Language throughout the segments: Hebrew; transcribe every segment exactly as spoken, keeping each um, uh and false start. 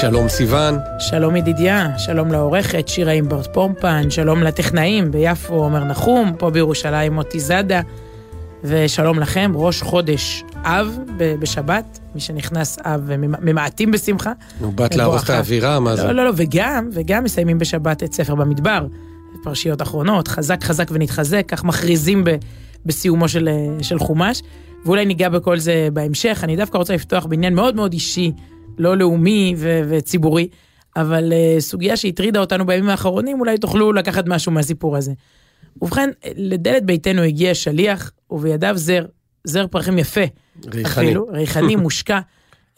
שלום סיוון. שלום ידידיה, שלום לעורכת שירה אימברט פומפן, שלום לטכנאים ביפו עומר נחום, פה בירושלים מוטי זאדה, ושלום לכם, ראש חודש אב בשבת, מי שנכנס אב ממעטים בשמחה. נו, באת להרוס את האווירה, מה זה? לא, לא, לא, וגם, וגם מסיימים בשבת את ספר במדבר, פרשיות אחרונות, חזק חזק ונתחזק, כך מכריזים ב, בסיומו של, של חומש, ואולי ניגע בכל זה בהמשך. אני דווקא רוצה לפתוח בעניין מאוד מאוד אישי, לא לאומי ו- וציבורי, אבל uh, סוגיה שהטרידה אותנו בימים האחרונים, אולי תוכלו לקחת משהו מהסיפור הזה. ובכן, לדלת ביתנו הגיע שליח, ובידיו זר, זר פרחים יפה. ריחני. אפילו, ריחני, מושקע. Um,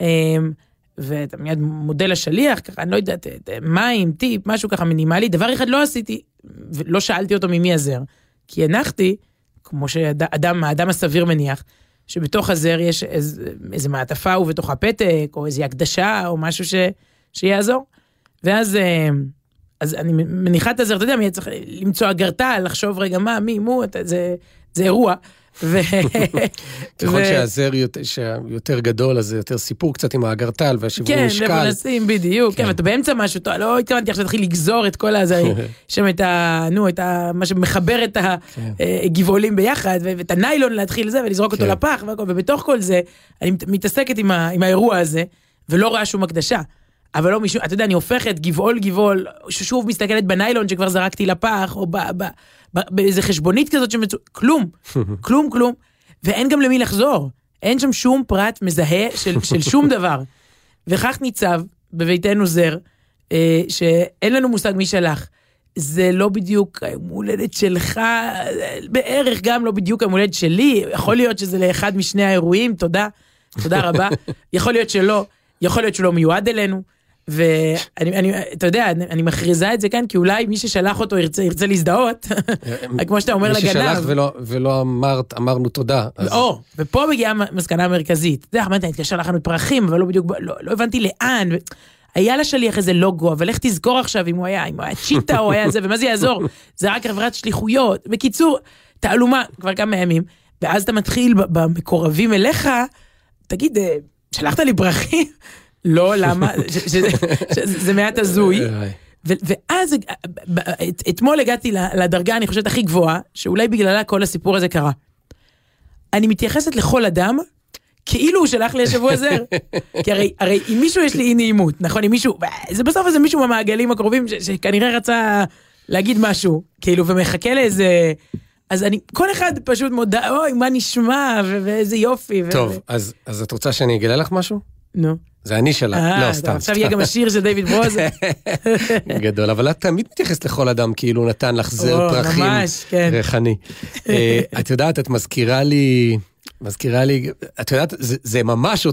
ואתה מיד מודל השליח, ככה, אני לא יודעת, מים, טיפ, משהו ככה מינימלי. דבר אחד לא עשיתי, ולא שאלתי אותו ממי הזר, כי הנחתי, כמו שאדם, האדם הסביר מניח, שבתוך הזר יש איז, איזו מעטפה ובתוך הפתק, או איזו הקדשה, או משהו ש, שיעזור. ואז אז אני מניחה את הזר, אתה יודע, מי צריך למצוא אגרטל, לחשוב רגע מה, מי, מו, זה, זה אירוע. ו... ככל שהזר יותר, יותר גדול, אז זה יותר סיפור קצת עם האגרטל, והשיווי משקל. כן, לבנסים, בדיוק. כן, ואתה באמצע משהו, לא התכוונתי עכשיו להתחיל לגזור את כל הזה, שם את ה... נו, את ה... מה שמחבר את הגבעולים ביחד, ואת הניילון להתחיל זה, ולזרוק אותו לפח, ובתוך כל זה, אני מתעסקת עם האירוע הזה, ולא רואה שום הקדשה. אבל לא מישהו, אתה יודע, אני הופכת גבעול גבעול, ששוב מסתכלת בניילון שכבר זרקתי לפח, או באיזה חשבונית כזאת שמצוא, כלום, כלום, כלום, ואין גם למי לחזור, אין שם שום פרט מזהה של, של שום דבר, וכך ניצב בביתנו זר, אה, שאין לנו מושג מי שלח, זה לא בדיוק המולדת שלך, בערך גם לא בדיוק המולדת שלי, יכול להיות שזה לאחד משני האירועים, תודה, תודה רבה, יכול להיות שלא, יכול להיות שלא מיועד אלינו, ואני, אני, אתה יודע, אני מכריזה את זה כאן, כי אולי מי ששלח אותו ירצה, ירצה להזדהות, כמו שאתה אומר לגנב. מי ששלח ולא, ולא אמרת, אמרנו תודה. או, ופה מגיעה מסקנה המרכזית. אתה יודע, אמרתי, התקשר לכם פרחים, אבל לא בדיוק, לא, לא הבנתי לאן, היה לשליח איזה לוגו, אבל איך תזכור עכשיו אם הוא היה, אם הוא היה צ'יטה או היה זה, ומה זה יעזור? זה רק חברת שליחויות. בקיצור, תעלומה, כבר כמה ימים, ואז אתה מתחיל במקורבים אליך, תגיד, שלחת לי פרחים? לא, למה? זה מעט הזוי. ואז אתמול הגעתי לדרגה, אני חושבת, הכי גבוהה, שאולי בגללה כל הסיפור הזה קרה. אני מתייחסת לכל אדם, כאילו הוא שלח לי השבוע זר. כי הרי, הרי אם מישהו יש לי אי נעימות, נכון? אם מישהו, זה בסוף איזה מישהו במעגלים הקרובים, שכנראה רצה להגיד משהו, כאילו, ומחכה לאיזה... אז אני, כל אחד פשוט מודע, אוי, מה נשמע, ואיזה יופי. טוב, אז את רוצה שאני אגלה לך משהו? נו. זה אני שלך, לא, סתם. עכשיו יהיה גם השיר של דיוויד ברוזה. גדול, אבל את תמיד מתייחסת לכל אדם, כאילו נתן לך זר פרחים. ממש, כן. ריחני. את יודעת, את מזכירה לי, מזכירה לי, את יודעת, זה ממש,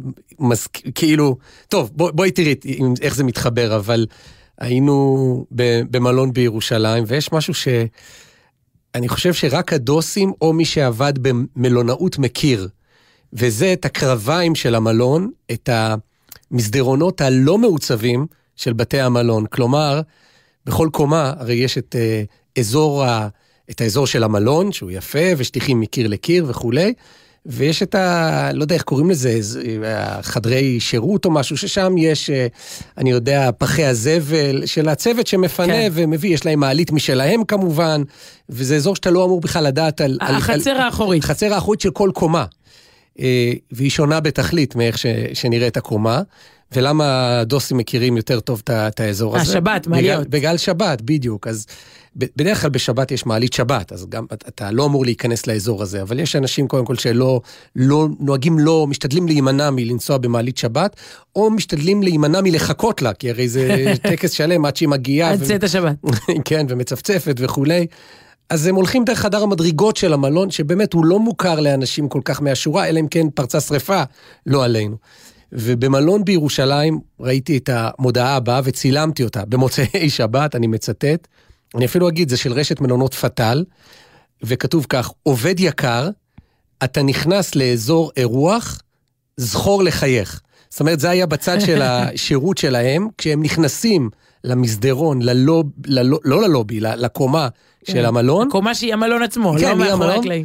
כאילו, טוב, בואי תראי איך זה מתחבר, אבל היינו במלון בירושלים, ויש משהו ש... אני חושב שרק הדוסים או מי שעבד במלונאות מכיר, וזה את הקרביים של המלון, את המסדרונות הלא מעוצבים של בתי המלון. כלומר, בכל קומה, הרי יש את uh, אזור, ה, את האזור של המלון, שהוא יפה, ושטיחים מקיר לקיר וכו', ויש את ה... לא יודע איך קוראים לזה, חדרי שירות או משהו, ששם יש, אני יודע, פחי הזבל של הצוות שמפנה כן. ומביא, יש להם מעלית משלהם כמובן, וזה אזור שאתה לא אמור בכלל לדעת על... החצר על, האחורית. החצר האחורית של כל קומה. והיא שונה בתכלית מאיך ש, שנראה את הקומה, ולמה הדוסים מכירים יותר טוב את האזור הזה? השבת, מעליות. בגלל, בגלל שבת, בדיוק. אז בדרך כלל בשבת יש מעלית שבת, אז גם אתה לא אמור להיכנס לאזור הזה, אבל יש אנשים קודם כל שלא לא, נוהגים לא, משתדלים להימנע מלנסוע במעלית שבת, או משתדלים להימנע מלחכות לה, כי הרי זה טקס שלם עד שהיא מגיעה. עד צאת השבת. כן, ומצפצפת וכולי. אז הם הולכים דרך חדר המדרגות של המלון, שבאמת הוא לא מוכר לאנשים כל כך מהשורה, אלא אם כן פרצה שריפה, לא עלינו. ובמלון בירושלים ראיתי את המודעה הבאה וצילמתי אותה, במוצאי שבת, אני מצטט, אני אפילו אגיד, זה של רשת מלונות פטל, וכתוב כך, עובד יקר, אתה נכנס לאזור אירוח, זכור לחייך. זאת אומרת, זה היה בצד של השירות שלהם, כשהם נכנסים למסדרון, ללוב, ללוב, לא ללובי, לקומה של המלון. הקומה שהיא המלון עצמו, לא מאחורי הקלעים.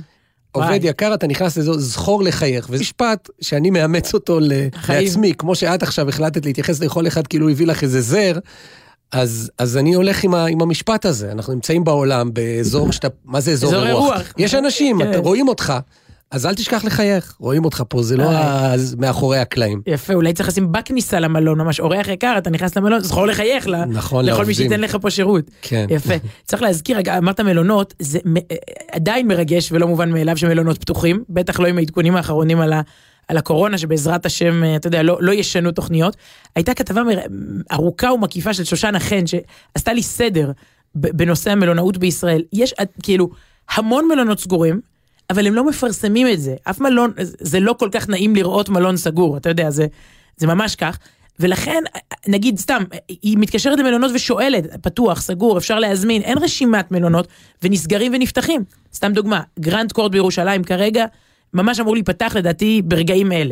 עובד יקר, אתה נכנס לזו, זכור לחייך, וזה משפט שאני מאמץ אותו לעצמי, כמו שאת עכשיו החלטת להתייחס לכל אחד, כאילו הביא לך איזה זר, אז, אז אני הולך עם, ה, עם המשפט הזה, אנחנו נמצאים בעולם, באזור שאתה, מה זה אזור רוח? יש אנשים, כן. רואים אותך, אז אל תשכח לחייך, רואים אותך פה, זה לא מאחורי הקלעים. יפה, אולי צריך לשים בכניסה למלון, ממש אורח יקר, אתה נכנס למלון, זכור לחייך לכל מי שייתן לך פה שירות. יפה, צריך להזכיר, אמרת מלונות, זה עדיין מרגש ולא מובן מאליו שמלונות פתוחים, בטח לא עם העדכונים האחרונים על ה... על הקורונה, שבעזרת השם, אתה יודע, לא, לא ישנו תוכניות. הייתה כתבה ארוכה ומקיפה של שושנה חן, שעשתה לי סדר בנושא המלונאות בישראל. יש כאילו המון מלונות סגורים, אבל הם לא מפרסמים את זה. אף מלון, זה לא כל כך נעים לראות מלון סגור, אתה יודע, זה, זה ממש כך. ולכן, נגיד, סתם, היא מתקשרת למלונות ושואלת, פתוח, סגור, אפשר להזמין, אין רשימת מלונות, ונסגרים ונפתחים. סתם דוגמה, גרנד קורט בירושלים כרגע, ממש אמור להיפתח לדעתי ברגעים אלה.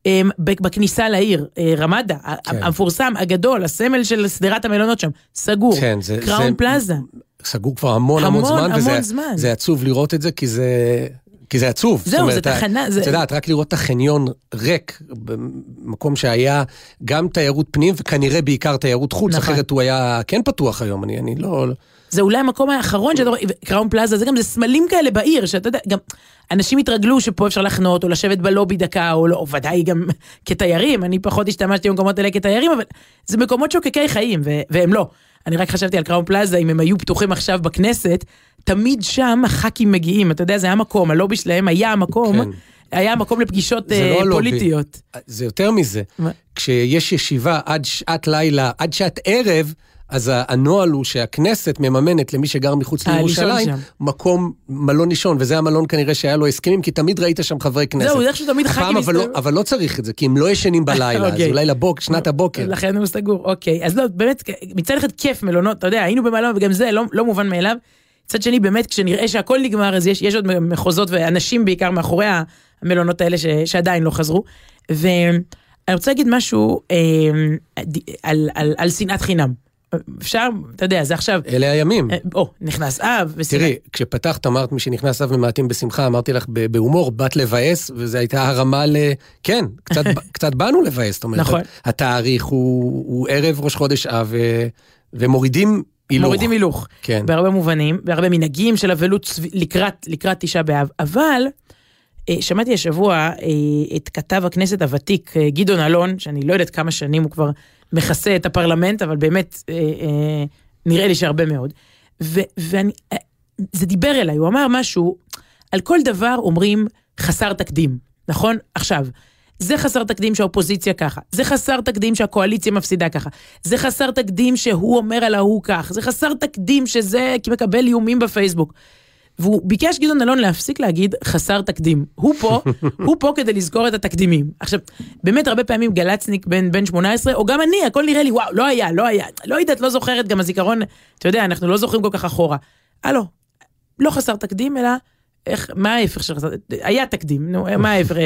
בכניסה לעיר, רמדה, כן. המפורסם, הגדול, הסמל של סדרת המלונות שם, סגור. כן, זה, קראון זה פלאזה. סגור כבר המון המון, המון זמן, המון וזה, זמן. זה עצוב לראות את זה, כי זה... כי זה עצוב. זהו, אומרת, זה תחנה. אתה יודעת, רק לראות את החניון ריק, במקום שהיה גם תיירות פנים, וכנראה בעיקר תיירות חוץ, נכון. אחרת הוא היה כן פתוח היום, אני, אני לא... זה אולי המקום האחרון, שאתה רואה, קראון פלאזה, זה גם, זה סמלים כאלה בעיר, שאתה יודע, גם, אנשים התרגלו שפה אפשר לחנות, או לשבת בלובי דקה, או לא, או ודאי גם כתיירים, אני פחות השתמשתי במקומות האלה כתיירים, אבל זה מקומות שוקקי חיים, ו- והם לא. אני רק חשבתי על קראון פלאזה, אם הם היו פתוחים עכשיו בכנסת, תמיד שם הח"כים מגיעים, אתה יודע, זה היה מקום, הלובי שלהם היה המקום, כן. היה המקום לפגישות uh, לא פוליטיות. לובי. זה יותר מזה. מה? כשיש ישיבה עד שעת לילה, עד שעת ערב, אז הנוהל הוא שהכנסת מממנת למי שגר מחוץ לירושלים, מקום מלון לישון, וזה המלון כנראה שהיה לו הסכמים, כי תמיד ראית שם חברי כנסת. זהו, איך שתמיד ח"כים אבל, לא, אבל לא צריך את זה, כי הם לא ישנים בלילה, אז אולי לבוק, שנת הבוקר. לכן הוא סגור, אוקיי. אז לא, באמת, מצד אחד כיף מלונות, אתה יודע, היינו במלון, וגם זה לא, לא מובן מאליו. מצד שני, באמת, כשנראה שהכל נגמר, אז יש, יש עוד מחוזות ואנשים בעיקר מאחורי המלונות האלה ש, שעדיין לא חזרו. ואני רוצה להגיד משהו אה, על, על, על שנאת חינם. אפשר, אתה יודע, זה עכשיו... אלה הימים. או, נכנס אב, ושמחה. תראי, כשפתחת, אמרת מי שנכנס אב ומעטים בשמחה, אמרתי לך בהומור, בת לבאס, וזו הייתה הרמה ל... כן, קצת, קצת באנו לבאס, זאת אומרת. נכון. התאריך הוא, הוא ערב ראש חודש אב, ו... ומורידים הילוך. מורידים הילוך. כן. בהרבה מובנים, בהרבה מנהגים של אבלות לקראת, לקראת תשעה באב. אבל, שמעתי השבוע את כתב הכנסת הוותיק, גדעון אלון, שאני לא יודעת כמה שנים הוא כבר... מכסה את הפרלמנט, אבל באמת אה, אה, נראה לי שהרבה מאוד. ו, ואני, אה, זה דיבר אליי, הוא אמר משהו, על כל דבר אומרים חסר תקדים, נכון? עכשיו, זה חסר תקדים שהאופוזיציה ככה, זה חסר תקדים שהקואליציה מפסידה ככה, זה חסר תקדים שהוא אומר על ההוא כך, זה חסר תקדים שזה מקבל איומים בפייסבוק. והוא ביקש גדעון אלון להפסיק להגיד חסר תקדים. הוא פה, הוא פה כדי לזכור את התקדימים. עכשיו, באמת הרבה פעמים גלצניק בן, בן שמונה עשרה, או גם אני, הכל נראה לי, וואו, לא היה, לא היה, לא יודעת, לא זוכרת, גם הזיכרון, אתה יודע, אנחנו לא זוכרים כל כך אחורה. הלו, לא חסר תקדים, אלא, איך, מה ההפך של חסר, היה תקדים, נו, מה ההפך,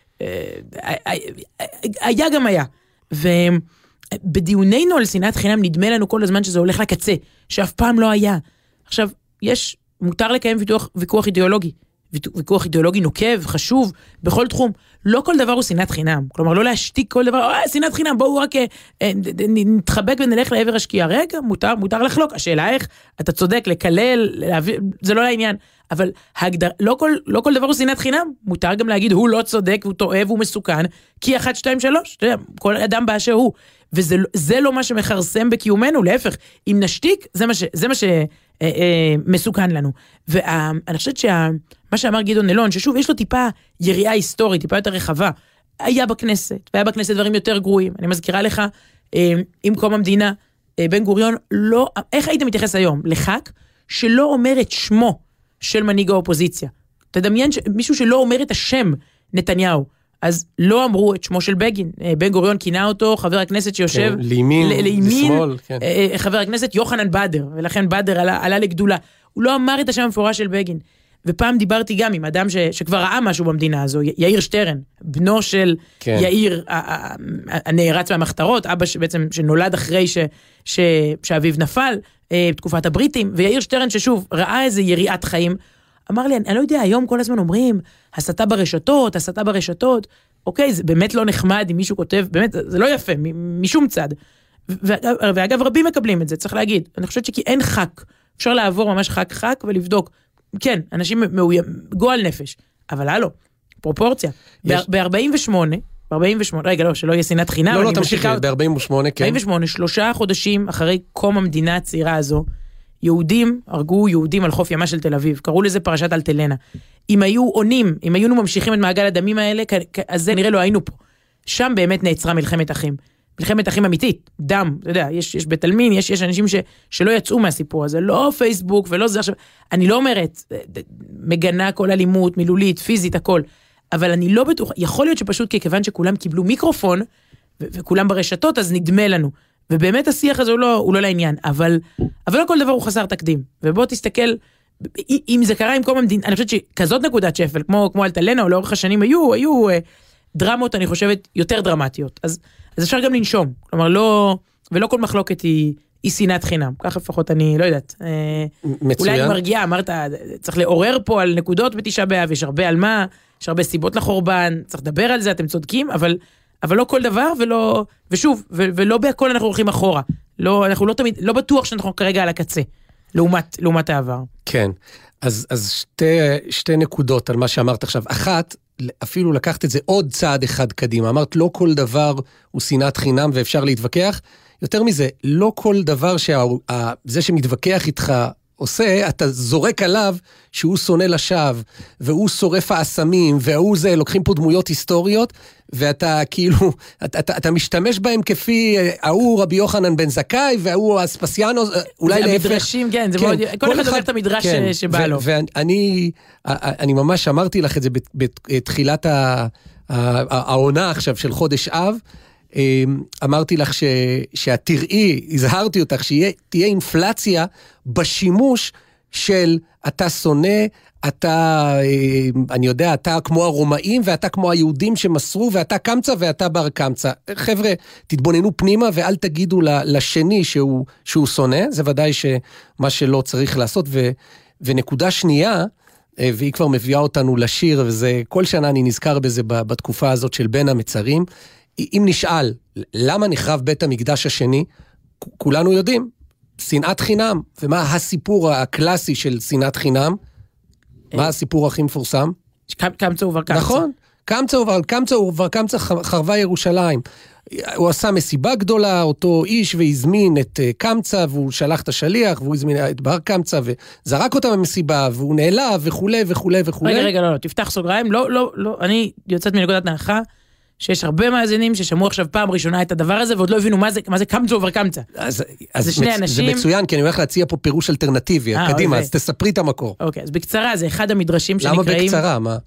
היה גם היה. ובדיוננו על שנאת חינם, נדמה לנו כל הזמן שזה הולך לקצה, שאף פעם לא היה. עכשיו, יש מותר לקיים ויכוח, ויכוח אידיאולוגי, ויכוח אידיאולוגי נוקב, חשוב, בכל תחום. לא כל דבר הוא שנאת חינם. כלומר, לא להשתיק כל דבר, אה, שנאת חינם, בואו רק אה, נתחבק ונלך לעבר השקיעה. רגע, מותר, מותר לחלוק. השאלה איך, אתה צודק, לקלל, להביא, זה לא לעניין. אבל ההגדר, לא כל, לא כל דבר הוא שנאת חינם. מותר גם להגיד, הוא לא צודק, הוא טועה, והוא מסוכן, כי אחת, שתיים, שלוש, אתה יודע, כל אדם באשר הוא. וזה זה לא מה שמחרסם בקיומנו, להפך, אם נשתיק, זה מה ש... זה מה ש אה, אה, מסוכן לנו. ואני חושבת שמה שאמר גדעון אלון, ששוב, יש לו טיפה יריעה היסטורית, טיפה יותר רחבה, היה בכנסת, והיה בכנסת דברים יותר גרועים. אני מזכירה לך, אה, עם קום המדינה, אה, בן גוריון, לא, איך היית מתייחס היום? לח"כ שלא אומר את שמו של מנהיג האופוזיציה. תדמיין מישהו שלא אומר את השם נתניהו. אז לא אמרו את שמו של בגין. בן גוריון כינה אותו, חבר הכנסת שיושב... כן, לימין, לשמאל. כן. חבר הכנסת יוחנן בדר, ולכן בדר עלה, עלה לגדולה. הוא לא אמר את השם המפורש של בגין. ופעם דיברתי גם עם אדם ש, שכבר ראה משהו במדינה הזו, יאיר שטרן, בנו של כן. יאיר הנערץ מהמחתרות, אבא שבעצם שנולד אחרי ש, ש, שאביו נפל, תקופת הבריטים, ויאיר שטרן ששוב ראה איזה יריעת חיים, אמר לי, אני, אני לא יודע, היום כל הזמן אומרים, הסתה ברשתות, הסתה ברשתות, אוקיי, זה באמת לא נחמד אם מישהו כותב, באמת, זה לא יפה, משום צד. ואגב, ואגב, רבים מקבלים את זה, צריך להגיד. אני חושבת שכי אין חק, אפשר לעבור ממש חק חק ולבדוק. כן, אנשים מאוים, גועל נפש, אבל הלו, פרופורציה. ב-ארבעים ושמונה, ב-ארבעים ושמונה, רגע, לא, שלא יהיה שנאת חינם. לא, לא, תמשיך, ב-ארבעים ושמונה, כן. ארבעים ושמונה, שלושה חודשים אחרי קום המדינה הצעירה הזו, יהודים הרגו יהודים על חוף ימה של תל אביב, קראו לזה פרשת אלטלנה. אם היו עונים, אם היינו ממשיכים את מעגל הדמים האלה, אז זה נראה לא היינו פה. שם באמת נעצרה מלחמת אחים. מלחמת אחים אמיתית, דם, אתה יודע, יש, יש בתלמין, יש, יש אנשים ש, שלא יצאו מהסיפור הזה, לא פייסבוק ולא זה עכשיו, אני לא אומרת, מגנה כל אלימות, מילולית, פיזית, הכל, אבל אני לא בטוח, יכול להיות שפשוט כיוון שכולם קיבלו מיקרופון, ו- וכולם ברשתות, אז נדמה לנו, ובאמת השיח הזה הוא לא, הוא לא לעניין, אבל, אבל לא כל דבר הוא חסר תקדים, ובוא תסתכל, אם זה קרה עם כל המדינה, אני חושבת שכזאת נקודת שפל, כמו, כמו אלטלנה, או לאורך השנים היו, היו דרמות, אני חושבת, יותר דרמטיות, אז אז אפשר גם לנשום, כלומר לא, ולא כל מחלוקת היא, היא שנאת חינם, כך לפחות אני לא יודעת. מצוין. אולי אני מרגיעה, אמרת, צריך לעורר פה על נקודות בתשעה באב, יש הרבה על מה, יש הרבה סיבות לחורבן, צריך לדבר על זה, אתם צודקים, אבל, אבל לא כל דבר, ולא, ושוב, ו, ולא בהכל אנחנו הולכים אחורה, לא, אנחנו לא תמיד, לא בטוח שאנחנו כרגע על הקצה, לעומת, לעומת העבר. כן, אז, אז שתי, שתי נקודות על מה שאמרת עכשיו, אחת, אפילו לקחת את זה עוד צעד אחד קדימה, אמרת לא כל דבר הוא שנאת חינם ואפשר להתווכח, יותר מזה, לא כל דבר שזה שמתווכח איתך עושה, אתה זורק עליו שהוא שונא לשווא, והוא שורף האסמים, והוא זה, לוקחים פה דמויות היסטוריות, ואתה כאילו, אתה, אתה, אתה משתמש בהם כפי, ההוא רבי יוחנן בן זכאי, והוא אספסיאנו, אולי להפך. המדרשים, כן, זה כן, מאוד, כל, כל אחד לוקח את המדרש כן, שבא לו. ואני, אני ממש אמרתי לך את זה בתחילת העונה עכשיו של חודש אב, אמרתי לך ש, שאת תראי, הזהרתי אותך, שתהיה אינפלציה בשימוש של אתה שונא, אתה, אני יודע, אתה כמו הרומאים, ואתה כמו היהודים שמסרו, ואתה קמצא ואתה בר קמצא. חבר'ה, תתבוננו פנימה, ואל תגידו לשני שהוא, שהוא שונא, זה ודאי שמה שלא צריך לעשות, ו, ונקודה שנייה, והיא כבר מביאה אותנו לשיר, וזה, כל שנה אני נזכר בזה בתקופה הזאת של בין המצרים, אם נשאל, למה נחרב בית המקדש השני, כולנו יודעים, שנאת חינם, ומה הסיפור הקלאסי של שנאת חינם, מה הסיפור הכי מפורסם? קמצא ובר קמצא. נכון, קמצא ובר קמצא ובר קמצא חרבה ירושלים. הוא עשה מסיבה גדולה, אותו איש, והזמין את קמצא, והוא שלח את השליח, והוא הזמין את בר קמצא, וזרק אותה במסיבה, והוא נעלב, וכו' וכו' וכו'. רגע, רגע, לא, לא, תפתח סוגריים, לא, לא, לא, אני יוצאת מנקודת הנחה, שיש הרבה מאזינים ששמעו עכשיו פעם ראשונה את הדבר הזה, ועוד לא הבינו מה זה, מה זה קמצא ובר קמצא. אז, אז זה שני מצ... אנשים... זה מצוין, כי אני הולך להציע פה פירוש אלטרנטיבי, 아, קדימה, אז תספרי את המקור. אוקיי, אז בקצרה, זה אחד המדרשים שנקראים... למה בקצרה, מה?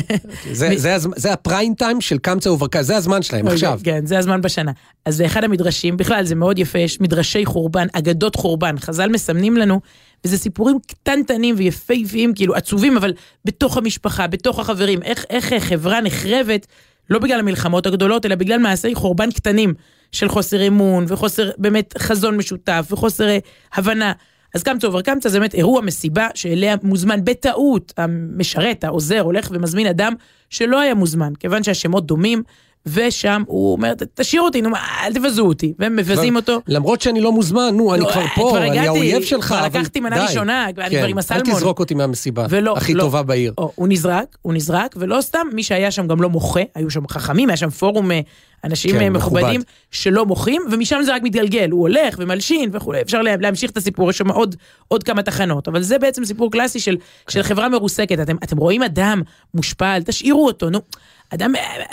זה, זה, זה, זה הפריים טיים של קמצא ובר קמצא, זה הזמן שלהם, עכשיו. כן, זה הזמן בשנה. אז זה אחד המדרשים, בכלל זה מאוד יפה, יש מדרשי חורבן, אגדות חורבן, חז"ל מסמנים לנו, וזה סיפורים קטנטנים ויפהפיים, כאילו עצובים, אבל בתוך המשפחה, בתוך החברים, איך, איך חברה נחרבת, לא בגלל המלחמות הגדולות, אלא בגלל מעשי חורבן קטנים, של חוסר אמון, וחוסר באמת חזון משותף, וחוסר הבנה. אז קמצא ובר קמצא זה באמת אירוע מסיבה, שאליה מוזמן בטעות, המשרת, העוזר, הולך ומזמין אדם, שלא היה מוזמן, כיוון שהשמות דומים, ושם הוא אומר, תשאיר אותי, נו, אל תבזו אותי, והם מבזים אותו. למרות שאני לא מוזמן, נו, אני כבר פה, אני האויב שלך. כבר לקחתי מנה ראשונה, אני כבר עם הסלמון. אל תזרוק אותי מהמסיבה, הכי טובה בעיר. הוא נזרק, הוא נזרק, ולא סתם, מי שהיה שם גם לא מוחה, היו שם חכמים, היה שם פורום אנשים מכובדים שלא מוחים, ומשם זה רק מתגלגל, הוא הולך ומלשין וכו', אפשר להמשיך את הסיפור, יש שם עוד כמה תחנות, אבל זה בעצם סיפור קלאסי של חברה מרוסקת, אתם רואים אדם מושפל, תשאירו אותו, נו, אדם,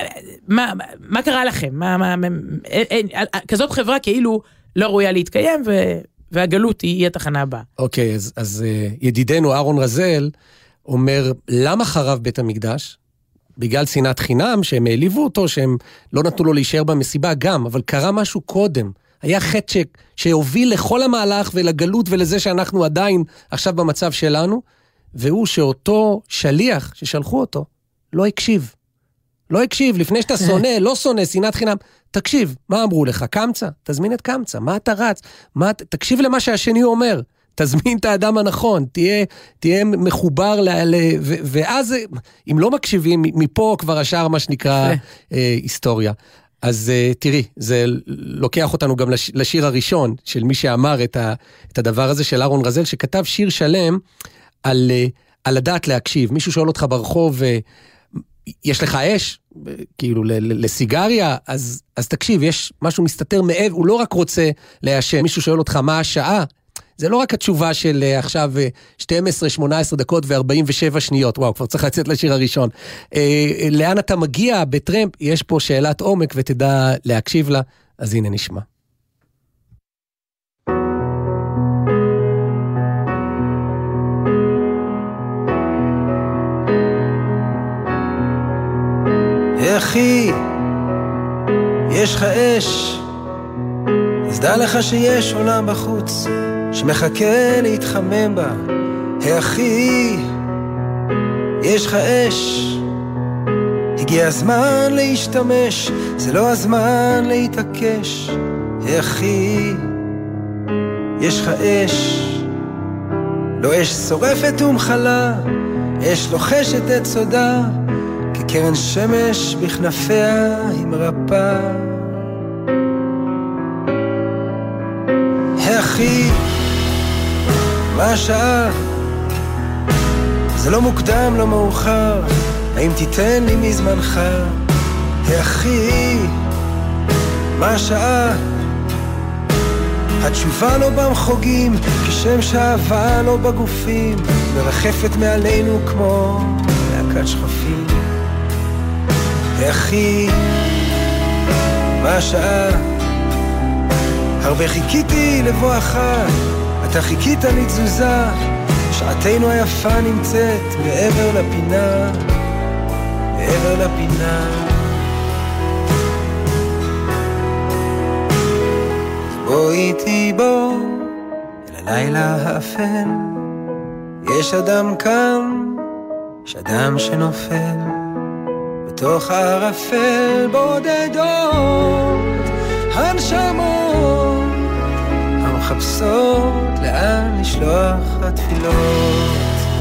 מה, מה קרה לכם? מה, מה, אין, כזאת חברה כאילו לא ראויה להתקיים, ו, והגלות היא, היא התחנה הבאה. אוקיי, אז, אז ידידנו אהרון רזל אומר, למה חרב בית המקדש? בגלל שנאת חינם, שהם העליבו אותו, שהם לא נתנו לו להישאר במסיבה גם, אבל קרה משהו קודם. היה חטא שהוביל לכל המהלך ולגלות ולזה שאנחנו עדיין עכשיו במצב שלנו, והוא שאותו שליח ששלחו אותו, לא הקשיב. לא הקשיב, לפני שאתה שונא, לא שונא, שנאת חינם, תקשיב, מה אמרו לך? קמצא? תזמין את קמצא, מה אתה רץ? מה, תקשיב למה שהשני אומר, תזמין את האדם הנכון, תהיה, תהיה מחובר, ל, ל, ו, ואז אם לא מקשיבים, מפה כבר השאר מה שנקרא אה, היסטוריה. אז uh, תראי, זה לוקח אותנו גם לש, לשיר הראשון, של מי שאמר את, ה, את הדבר הזה של אהרון רזל, שכתב שיר שלם על, uh, על הדעת להקשיב. מישהו שואל אותך ברחוב, uh, יש לך אש, uh, כאילו ל, ל, לסיגריה, אז, אז תקשיב, יש משהו מסתתר מעבר, הוא לא רק רוצה להישן, מישהו שואל אותך מה השעה, זה לא רק התשובה של uh, עכשיו uh, שתים עשרה שמונה עשרה דקות ו-ארבעים ושבע שניות, וואו, כבר צריך לצאת לשיר הראשון. Uh, לאן אתה מגיע בטרמפ? יש פה שאלת עומק ותדע להקשיב לה, אז הנה נשמע. אחי, יש לך אש, אז דע לך שיש עולם בחוץ שמחכה להתחמם בה. אחי, יש לך אש, הגיע הזמן להשתמש, זה לא הזמן להתעקש. אחי, יש לך אש, לא אש שורפת ומחלה, אש לוחשת את סודה, כקרן שמש בכנפיה היא מרפא. אחי, מה השעה? זה לא מוקדם, לא מאוחר, האם תיתן לי מזמנך? אחי, מה השעה? התשובה לא במחוגים, כשם שהאהבה לא בגופים, מרחפת מעלינו כמו להקת שחפים. אחי, מה השעה? הרבה חיכיתי לבואך, אתה חיכית לי תזוזה, שעתנו היפה נמצאת מעבר לפינה, מעבר לפינה. בוא איתי בוא אל הלילה האפל, יש אדם קם, יש אדם שנופל, בתוך הערפל בודדות הנשמות המחפשות לאן לשלוח התפילות.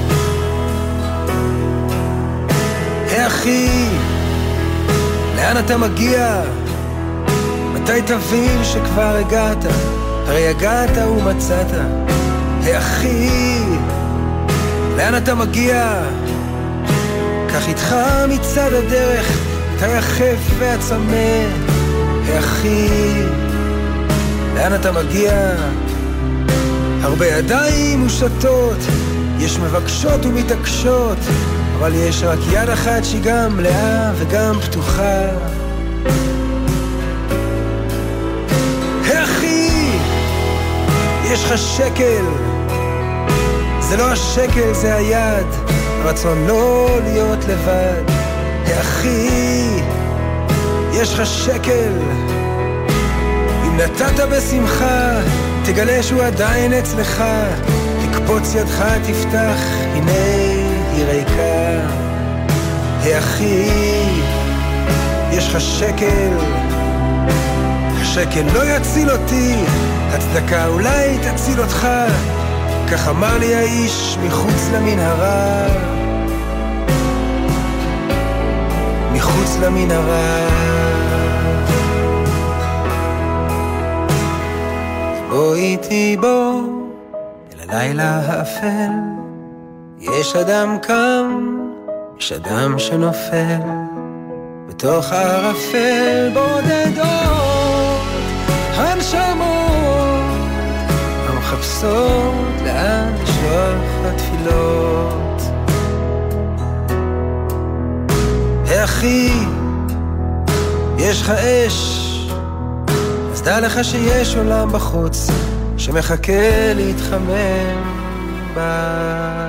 אחי, לאן אתה מגיע? מתי תבין שכבר הגעת? הרי הגעת ומצאת. אחי, לאן אתה מגיע? קח איתך מצד הדרך את היחף והצמא. אחי, לאן אתה מגיע? הרבה ידיים מושטות, יש מבקשות ומתעקשות, אבל יש רק יד אחת שהיא גם מלאה וגם פתוחה. אחי, יש לך שקל, זה לא השקל, זה היד, הרצון לא להיות לבד. אחי, יש לך שקל, אם נתת בשמחה, תגלה שהוא עדיין אצלך, תקפוץ ידך, תפתח, הנה היא ריקה. אחי, יש לך שקל, השקל לא יציל אותי, הצדקה אולי תציל אותך, כך אמר לי האיש מחוץ למנהרה, מחוץ למנהרה. בוא איתי בוא אל הלילה האפל, יש אדם קם, יש אדם שנופל, בתוך הערפל בודדות הנשמות המחפשות לאן לשלוח התפילות. אחי, יש לך אש, אז דע לך שיש עולם בחוץ שמחכה להתחמם בה.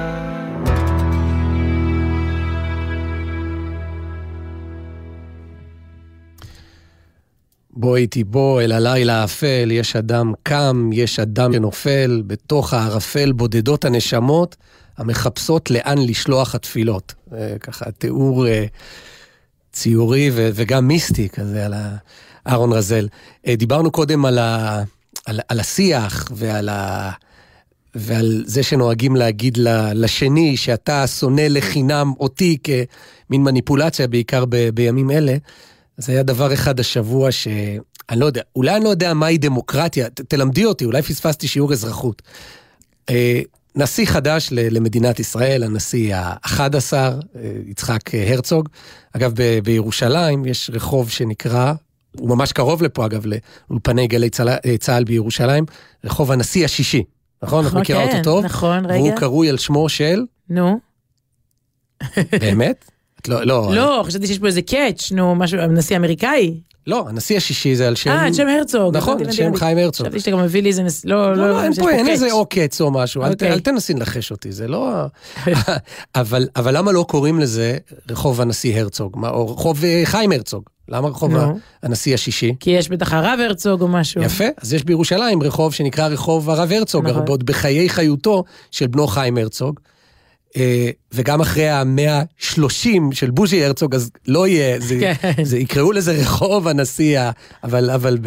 בוא איתי בוא אל הלילה האפל, יש אדם קם, יש אדם שנופל, בתוך הערפל בודדות הנשמות המחפשות לאן לשלוח התפילות. ככה תיאור ציורי וגם מיסטי כזה על אהרון רזל. דיברנו קודם על, ה, על, על השיח ועל ה, ועל זה שנוהגים להגיד לשני, שאתה שונא לחינם אותי כמין מניפולציה, בעיקר ב, בימים אלה, אז היה דבר אחד השבוע שאני לא יודע, אולי אני לא יודע מהי דמוקרטיה, ת, תלמדי אותי, אולי פספסתי שיעור אזרחות. נשיא חדש למדינת ישראל, הנשיא ה-אחד עשר, יצחק הרצוג. אגב, ב- בירושלים יש רחוב שנקרא, הוא ממש קרוב לפה, אגב, לאולפני גלי צה"ל בירושלים, רחוב הנשיא השישי. נכון? את מכירה אותו טוב? נכון, רגע. והוא קרוי על שמו של... נו. באמת? לא, לא. לא, חשבתי שיש פה איזה קאץ', נו, משהו, הנשיא האמריקאי. לא, הנשיא השישי זה על שם... אה, על שם הרצוג. נכון, על שם חיים הרצוג. חשבתי שאתה גם מביא לי איזה נשיא... לא, לא, אין פה, אין איזה עוקץ או משהו, אל תנסי לנחש אותי, זה לא... אבל למה לא קוראים לזה רחוב הנשיא הרצוג, או רחוב חיים הרצוג? למה רחוב הנשיא השישי? כי יש בטח הרב הרצוג או משהו. יפה, אז יש בירושלים רחוב שנקרא רחוב הרב הרצוג, עוד בחיי חיותו של בנו חיים הרצוג, וגם אחרי המאה שלושים של בוז'י הרצוג, אז לא יהיה, זה יקראו לזה רחוב הנשיא, אבל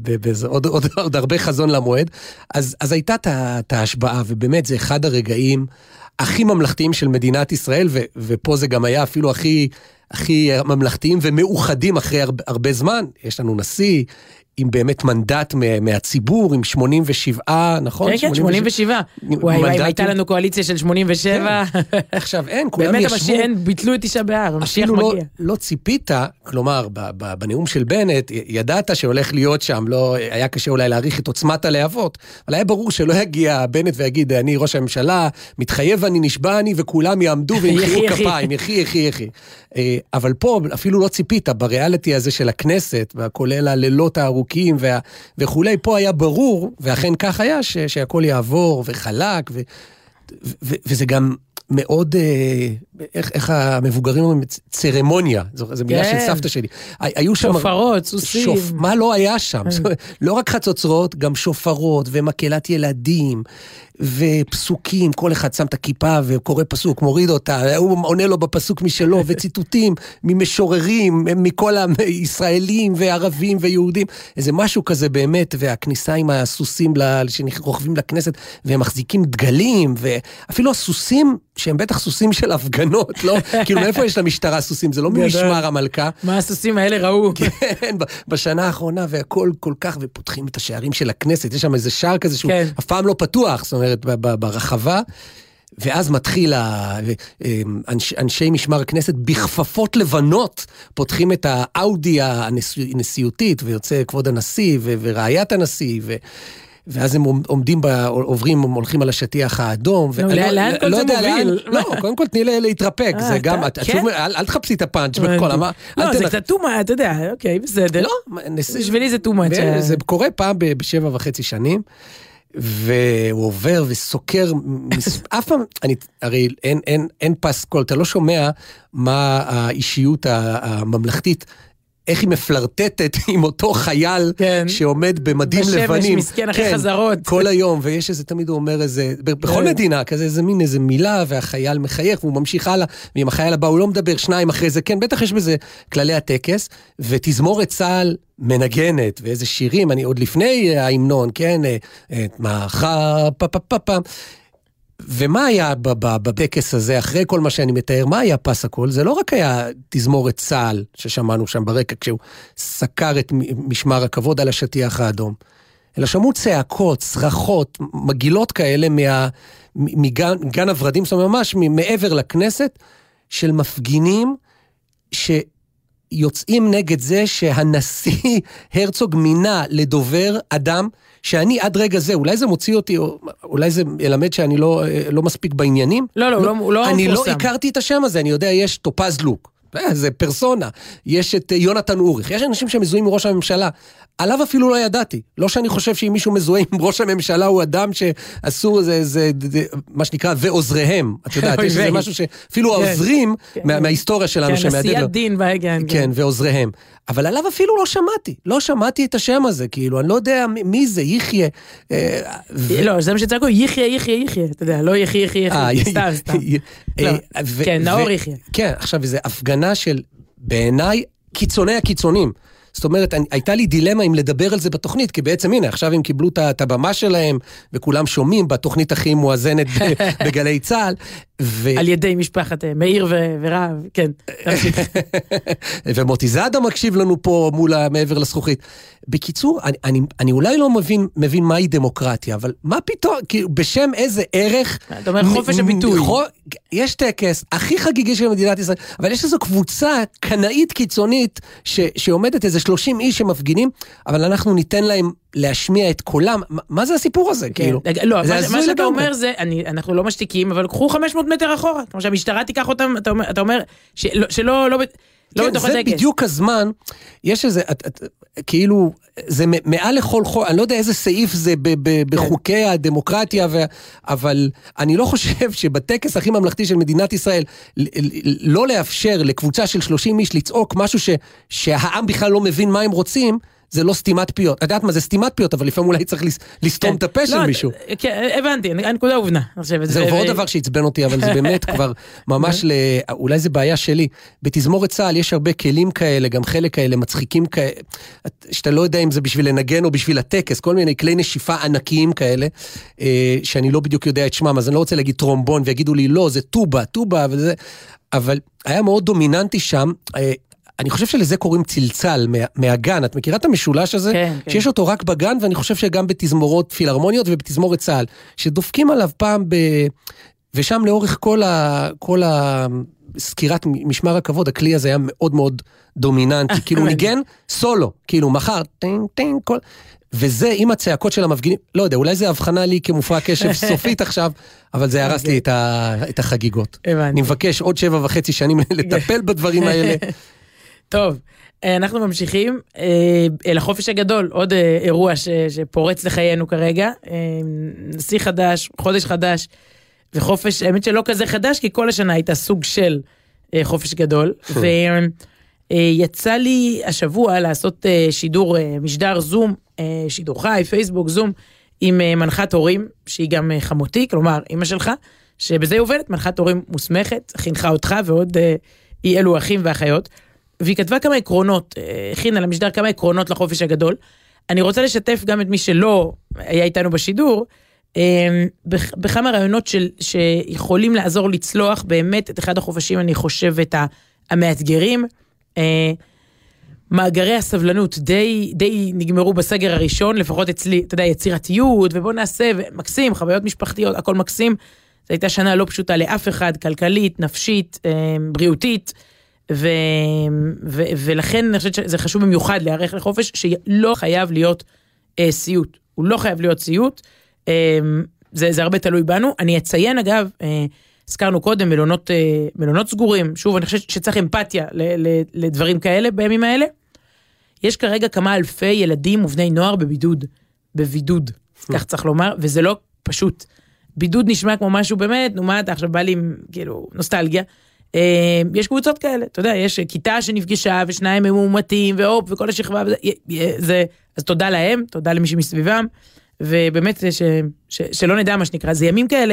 עוד הרבה חזון למועד. אז הייתה את ההשבעה, ובאמת זה אחד הרגעים הכי ממלכתיים של מדינת ישראל, ופה זה גם היה אפילו הכי... הכי ממלכתיים ומאוחדים אחרי הרבה, הרבה זמן. יש לנו נשיא עם באמת מנדט מהציבור, עם שמונים ושבע, נכון? כן, כן, שמונים ושבע. וואי, וואי, הייתה לנו קואליציה של שמונים ושבע. עכשיו, אין, כולם ישבו. באמת, אין, ביטלו את אישה באר, המשיח מגיע. לא ציפית, כלומר, בנאום של בנט, ידעת שהולך להיות שם, לא, היה קשה אולי להעריך את עוצמת הלהבות, אבל היה ברור שלא יגיע בנט ויגיד, אני ראש הממשלה, מתחייב אני, נשבע אני, וכולם יעמדו וימחיאו כפיים, יחי, יחי, יחי. אבל פה אפילו לא ציפית, בריאליטי הזה של הכנסת, כולל הלילות הארוכים וכולי, פה היה ברור, ואכן כך היה, שהכל יעבור וחלק, וזה גם מאוד, איך, איך המבוגרים אומרים, צרמוניה, זו מילה של סבתא שלי. היו שם... שופרות, סוסים. מה לא היה שם? לא רק חצוצרות, גם שופרות ומקהלת ילדים, ופסוקים, כל אחד שם את הכיפה וקורא פסוק, מוריד אותה, הוא עונה לו בפסוק משלו, וציטוטים ממשוררים, מכל הישראלים וערבים ויהודים, איזה משהו כזה באמת, והכניסה עם הסוסים שרוכבים לכנסת, והם מחזיקים דגלים, ואפילו הסוסים, שהם בטח סוסים של הפגנות, לא? כאילו מאיפה יש למשטרה סוסים? זה לא ממשמר המלכה. מה הסוסים האלה ראו? כן, בשנה האחרונה, והכל כל כך, ופותחים את השערים של הכנסת, יש שם איזה שער כזה שהוא אף פעם לא פתוח, זאת אומרת, ברחבה, ואז מתחיל אנשי משמר הכנסת בכפפות לבנות, פותחים את האאודי הנשיאותית, ויוצא כבוד הנשיא ורעיית הנשיא, ו... ואז הם עומדים, עוברים, הולכים על השטיח האדום. לאן כל זה מוביל? לא, קודם כל תני להתרפק, זה גם, אל תחפשי את הפאנץ' בכל המה. לא, זה קצת תומה, אתה יודע, אוקיי, בסדר. לא, בשבילי זה תומה. זה קורה פעם בשבע וחצי שנים, והוא עובר וסוקר, אף פעם, הרי אין פסקול, אתה לא שומע מה האישיות הממלכתית, איך היא מפלרטטת עם אותו חייל כן. שעומד במדים בשמש, לבנים. בשמש, מסכן, אחרי כן, חזרות. כל היום, ויש איזה, תמיד הוא אומר איזה, בכל מדינה, כזה איזה מין איזה מילה, והחייל מחייך, והוא ממשיך הלאה, ועם החייל הבא הוא לא מדבר, שניים אחרי זה, כן, בטח יש בזה כללי הטקס, ותזמורת צה"ל מנגנת, ואיזה שירים, אני עוד לפני ההמנון, כן, מאחר, פה פה פה פה, ומה היה בטקס הזה, אחרי כל מה שאני מתאר, מה היה פס הכל? זה לא רק היה תזמורת צה"ל, ששמענו שם ברקע, כשהוא סקר את משמר הכבוד על השטיח האדום, אלא שמעו צעקות, צרחות, מגילות כאלה מה, מגן הוורדים, זאת אומרת ממש מעבר לכנסת, של מפגינים שיוצאים נגד זה שהנשיא הרצוג מינה לדובר אדם, שאני עד רגע זה, אולי זה מוציא אותי, או אולי זה ילמד שאני לא, לא מספיק בעניינים. לא, לא, לא, לא אני לא הכרתי את השם הזה, אני יודע, יש טופז לוק, זה פרסונה, יש את יונתן אוריך, יש אנשים שמזוהים עם ראש הממשלה, עליו אפילו לא ידעתי, לא שאני חושב שאם מישהו מזוהה עם ראש הממשלה, הוא אדם שאסור, זה, זה, זה מה שנקרא, ועוזריהם, את יודעת, יש איזה משהו שאפילו העוזרים מההיסטוריה שלנו, כן, נשיאת דין, כן, ועוזריהם, אבל עליו אפילו לא שמעתי, לא שמעתי את השם הזה, כאילו, אני לא יודע מי זה, יחיה. לא, זה מה שצעקו, יחיה, יחיה, יחיה, אתה יודע, לא יחיה, יחיה, יחיה, סתם, סתם. כן, נאור יחיה. כן, עכשיו, זה הפגנה של, בעיניי, קיצוני הקיצונים. זאת אומרת, אני, הייתה לי דילמה אם לדבר על זה בתוכנית, כי בעצם הנה, עכשיו הם קיבלו את הבמה שלהם, וכולם שומעים בתוכנית הכי מואזנת בגלי צהל. ו... על ידי משפחת מאיר ו- ורב, כן. ומוטי זאדה מקשיב לנו פה מול מעבר לזכוכית. בקיצור, אני, אני, אני אולי לא מבין, מבין מהי דמוקרטיה, אבל מה פתאום, כאילו, בשם איזה ערך... אתה אומר חופש הביטוי. יש טקס הכי חגיגי של מדינת ישראל, אבל יש איזו קבוצה קנאית קיצונית, ש, שעומדת איזה שלושים איש שמפגינים, אבל אנחנו ניתן להם להשמיע את קולם. מה זה הסיפור הזה? כן. כאילו? לא, מה, מה שאתה אומר זה, אני, אנחנו לא משתיקים, אבל קחו חמש מאות מטר אחורה, כמו שהמשטרה תיקח אותם, אתה אומר, אתה אומר שלא, שלא, לא, לא כן, בתוך זה הטקס. בדיוק הזמן, יש איזה, את, את, כאילו, זה מעל לכל חוק, אני לא יודע איזה סעיף זה ב, ב, בחוקי הדמוקרטיה, ו, אבל אני לא חושב שבטקס הכי ממלכתי של מדינת ישראל, לא לאפשר לקבוצה של שלושים איש לצעוק משהו ש, שהעם בכלל לא מבין מה הם רוצים, זה לא סתימת פיות. את יודעת מה זה סתימת פיות, אבל לפעמים אולי צריך לסתום את הפה של מישהו. כן, הבנתי, הנקודה הובנה. זה עוד דבר שעצבן אותי, אבל זה באמת כבר ממש, אולי זה בעיה שלי. בתזמורת צה"ל יש הרבה כלים כאלה, גם חלק כאלה, מצחיקים כאלה, שאתה לא יודע אם זה בשביל לנגן או בשביל הטקס, כל מיני כלי נשיפה ענקיים כאלה, שאני לא בדיוק יודע את שמם, אז אני לא רוצה להגיד טרומבון, ויגידו לי, לא, זה טובה, טובה, אבל היה מאוד דומיננטי שם, אני חושב שלזה קוראים צלצל מה, מהגן, את מכירה את המשולש הזה? כן, שיש כן. אותו רק בגן, ואני חושב שגם בתזמורות פילהרמוניות ובתזמורת צה"ל, שדופקים עליו פעם ב... ושם לאורך כל ה... כל ה... סקירת משמר הכבוד, הכלי הזה היה מאוד מאוד דומיננטי, כאילו ניגן סולו, כאילו מחר, טינג טינג, כל... וזה עם הצעקות של המפגינים, לא יודע, אולי זה הבחנה לי כמופע קשב סופית עכשיו, אבל זה הרס לי את, ה... את החגיגות. אני מבקש עוד שבע וחצי שנים לטפל בדברים האלה. טוב, אנחנו ממשיכים אל החופש הגדול, עוד אירוע שפורץ לחיינו כרגע, נשיא חדש, חודש חדש, וחופש, האמת שלא כזה חדש, כי כל השנה הייתה סוג של חופש גדול, ויצא לי השבוע לעשות שידור, משדר זום, שידור חי, פייסבוק, זום, עם מנחת הורים, שהיא גם חמותי, כלומר, אמא שלך, שבזה היא עובדת, מנחת הורים מוסמכת, חינכה אותך ועוד אי אלו אחים ואחיות, והיא כתבה כמה עקרונות, הכינה למשדר כמה עקרונות לחופש הגדול. אני רוצה לשתף גם את מי שלא היה איתנו בשידור, בכמה רעיונות של, שיכולים לעזור לצלוח באמת את אחד החופשים, אני חושבת, המאתגרים. מאגרי הסבלנות די, די נגמרו בסגר הראשון, לפחות אצלי, אתה יודע, יצירתיות, ובוא נעשה, ומקסים, חוויות משפחתיות, הכל מקסים. זו הייתה שנה לא פשוטה לאף אחד, כלכלית, נפשית, בריאותית, ו, ו, ולכן אני חושבת שזה חשוב במיוחד להיערך לחופש, שלא חייב להיות אה, סיוט. הוא לא חייב להיות סיוט, אה, זה, זה הרבה תלוי בנו. אני אציין אגב, אה, הזכרנו קודם, מלונות, אה, מלונות סגורים, שוב, אני חושבת שצריך אמפתיה ל, ל, לדברים כאלה בימים האלה. יש כרגע כמה אלפי ילדים ובני נוער בבידוד, בבידוד, כך צריך לומר, וזה לא פשוט. בידוד נשמע כמו משהו באמת, נו מה אתה עכשיו בא לי, כאילו, נוסטלגיה, יש קבוצות כאלה, אתה יודע, יש כיתה שנפגשה ושניים הם מאומתים והופ וכל השכבה וזה, זה, אז תודה להם, תודה למי שמסביבם, ובאמת ש, ש, שלא נדע מה שנקרא, זה ימים כאלה,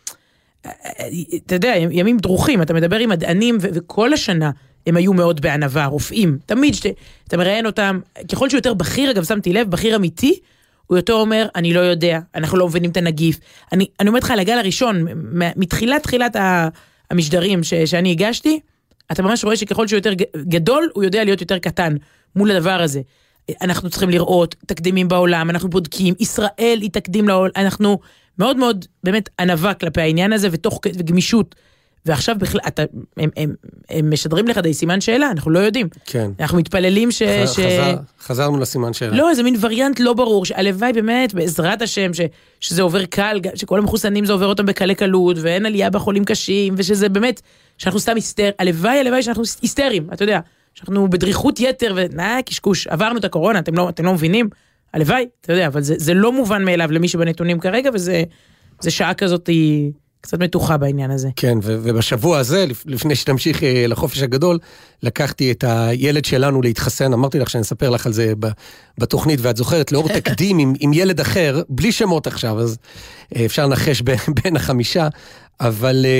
אתה יודע, ימים דרוכים, אתה מדבר עם מדענים ו, וכל השנה הם היו מאוד בענווה, רופאים, תמיד שאתה מראיין אותם, ככל שיותר בכיר, אגב שמתי לב, בכיר אמיתי, הוא יותר אומר, אני לא יודע, אנחנו לא מבינים את הנגיף, אני, אני אומרת לך, לגל הראשון, מתחילת תחילת ה... המשדרים ש, שאני הגשתי, אתה ממש רואה שככל שהוא יותר גדול, הוא יודע להיות יותר קטן מול הדבר הזה. אנחנו צריכים לראות תקדימים בעולם, אנחנו בודקים, ישראל היא תקדים לעולם, אנחנו מאוד מאוד באמת ענווה כלפי העניין הזה, ותוך וגמישות, ועכשיו בכלל, אתה, הם, הם, הם משדרים לך די סימן שאלה, אנחנו לא יודעים. כן. אנחנו מתפללים ש... ח, ש... חזר, חזרנו לסימן שאלה. לא, זה מין וריאנט לא ברור, שהלוואי באמת, בעזרת השם, ש, שזה עובר קל, שכל המחוסנים זה עובר אותם בקלי קלות, ואין עלייה בחולים קשים, ושזה באמת, שאנחנו סתם היסטר, הלוואי, הלוואי שאנחנו היסטרים, אתה יודע, שאנחנו בדריכות יתר, ונאה, קשקוש, עברנו את הקורונה, אתם לא, אתם לא מבינים, הלוואי, אתה יודע, אבל זה, זה לא מובן מאליו למי שבנתונים כרגע, וזה, זה שעה כזאת היא קצת מתוחה בעניין הזה. כן, ו- ובשבוע הזה, לפני שתמשיך לחופש הגדול, לקחתי את הילד שלנו להתחסן, אמרתי לך שאני אספר לך על זה בתוכנית, ואת זוכרת, לאור תקדים עם, עם ילד אחר, בלי שמות עכשיו, אז אפשר לנחש בין, בין החמישה, אבל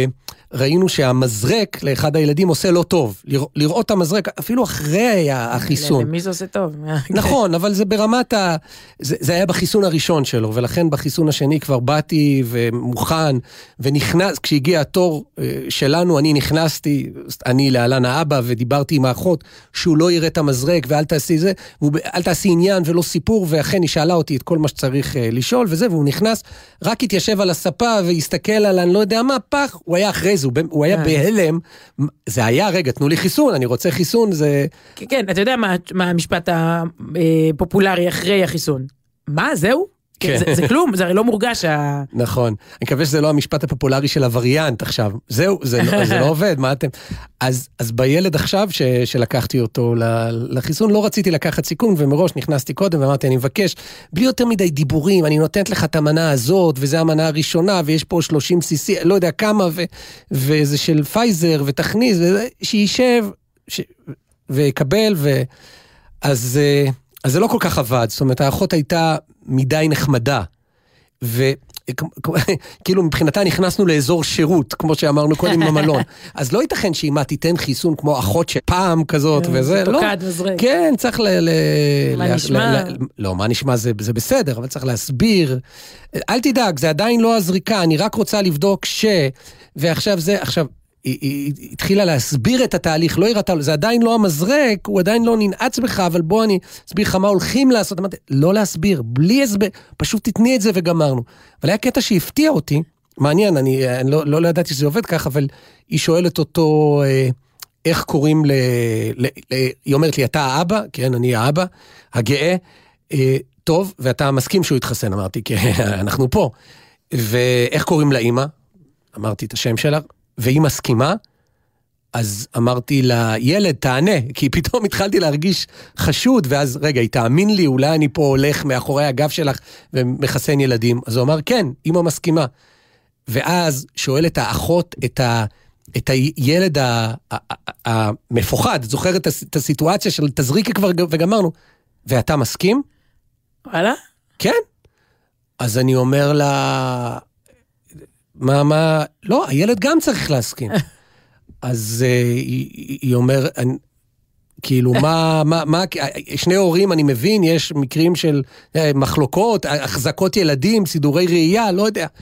ראינו שהמזרק לאחד הילדים עושה לא טוב. לראות את המזרק, אפילו אחרי החיסון. למי זה עושה טוב? נכון, אבל זה ברמת ה... זה, זה היה בחיסון הראשון שלו, ולכן בחיסון השני כבר באתי ומוכן, ונכנס, כשהגיע התור שלנו, אני נכנסתי, אני להלן האבא, ודיברתי עם האחות, שהוא לא יראה את המזרק, ואל תעשי זה, ואל תעשי עניין ולא סיפור, ואכן היא שאלה אותי את כל מה שצריך לשאול, וזה, והוא נכנס, רק התיישב על הספה, והסתכל על, אני לא יודע מה, פח, הוא היה אחרי זה, הוא היה בהלם, זה היה, רגע, תנו לי חיסון, אני רוצה חיסון, זה... כן, אתה יודע מה, מה המשפט הפופולרי אחרי החיסון? מה, זהו? כן. זה, זה כלום, זה הרי לא מורגש. ה... נכון, אני מקווה שזה לא המשפט הפופולרי של הווריאנט עכשיו, זהו, זה לא, זה לא עובד, מה אתם... אז, אז בילד עכשיו ש, שלקחתי אותו לחיסון, לא רציתי לקחת סיכון, ומראש נכנסתי קודם ואמרתי, אני מבקש, בלי יותר מדי דיבורים, אני נותנת לך את המנה הזאת, וזה המנה הראשונה, ויש פה שלושים סי סי, לא יודע כמה, ו, וזה של פייזר, ותכניס, וזה, שישב, ש... ויקבל, ו... אז... אז זה לא כל כך עבד, זאת אומרת, האחות הייתה מדי נחמדה, וכאילו מבחינתה נכנסנו לאזור שירות, כמו שאמרנו קודם במלון, אז לא ייתכן שאמא תיתן חיסון כמו אחות שפעם כזאת, וזה לא, כן, צריך ל... מה נשמע? לא, מה נשמע זה בסדר, אבל צריך להסביר, אל תדאג, זה עדיין לא הזריקה, אני רק רוצה לבדוק ש... ועכשיו זה, עכשיו... היא, היא, היא התחילה להסביר את התהליך, לא הראתה, זה עדיין לא המזרק, הוא עדיין לא ננעץ בך, אבל בוא אני אסביר לך מה הולכים לעשות, אמרתי, לא להסביר, בלי הסבר, פשוט תתני את זה וגמרנו. אבל היה קטע שהפתיע אותי, מעניין, אני, אני לא, לא ידעתי שזה עובד כך, אבל היא שואלת אותו, אה, איך קוראים ל... ל, ל היא אומרת לי, אתה האבא? כן, אני האבא, הגאה, אה, טוב, ואתה מסכים שהוא יתחסן, אמרתי, כן, אנחנו פה. ואיך קוראים לאמא? אמרתי את השם שלה, והיא מסכימה, אז אמרתי לה, ילד, תענה, כי פתאום התחלתי להרגיש חשוד, ואז, רגע, היא תאמין לי, אולי אני פה הולך מאחורי הגב שלך, ומחסן ילדים. אז הוא אמר, כן, אמא מסכימה. ואז שואלת האחות את, ה, את הילד המפוחד, זוכרת את הסיטואציה של תזריקי כבר וגמרנו, ואתה מסכים? וואלה? כן. אז אני אומר לה... מה, מה, לא, הילד גם צריך להסכים. אז uh, היא, היא אומר, אני, כאילו, מה, מה, מה, שני הורים, אני מבין, יש מקרים של uh, מחלוקות, החזקות ילדים, סידורי ראייה, לא יודע.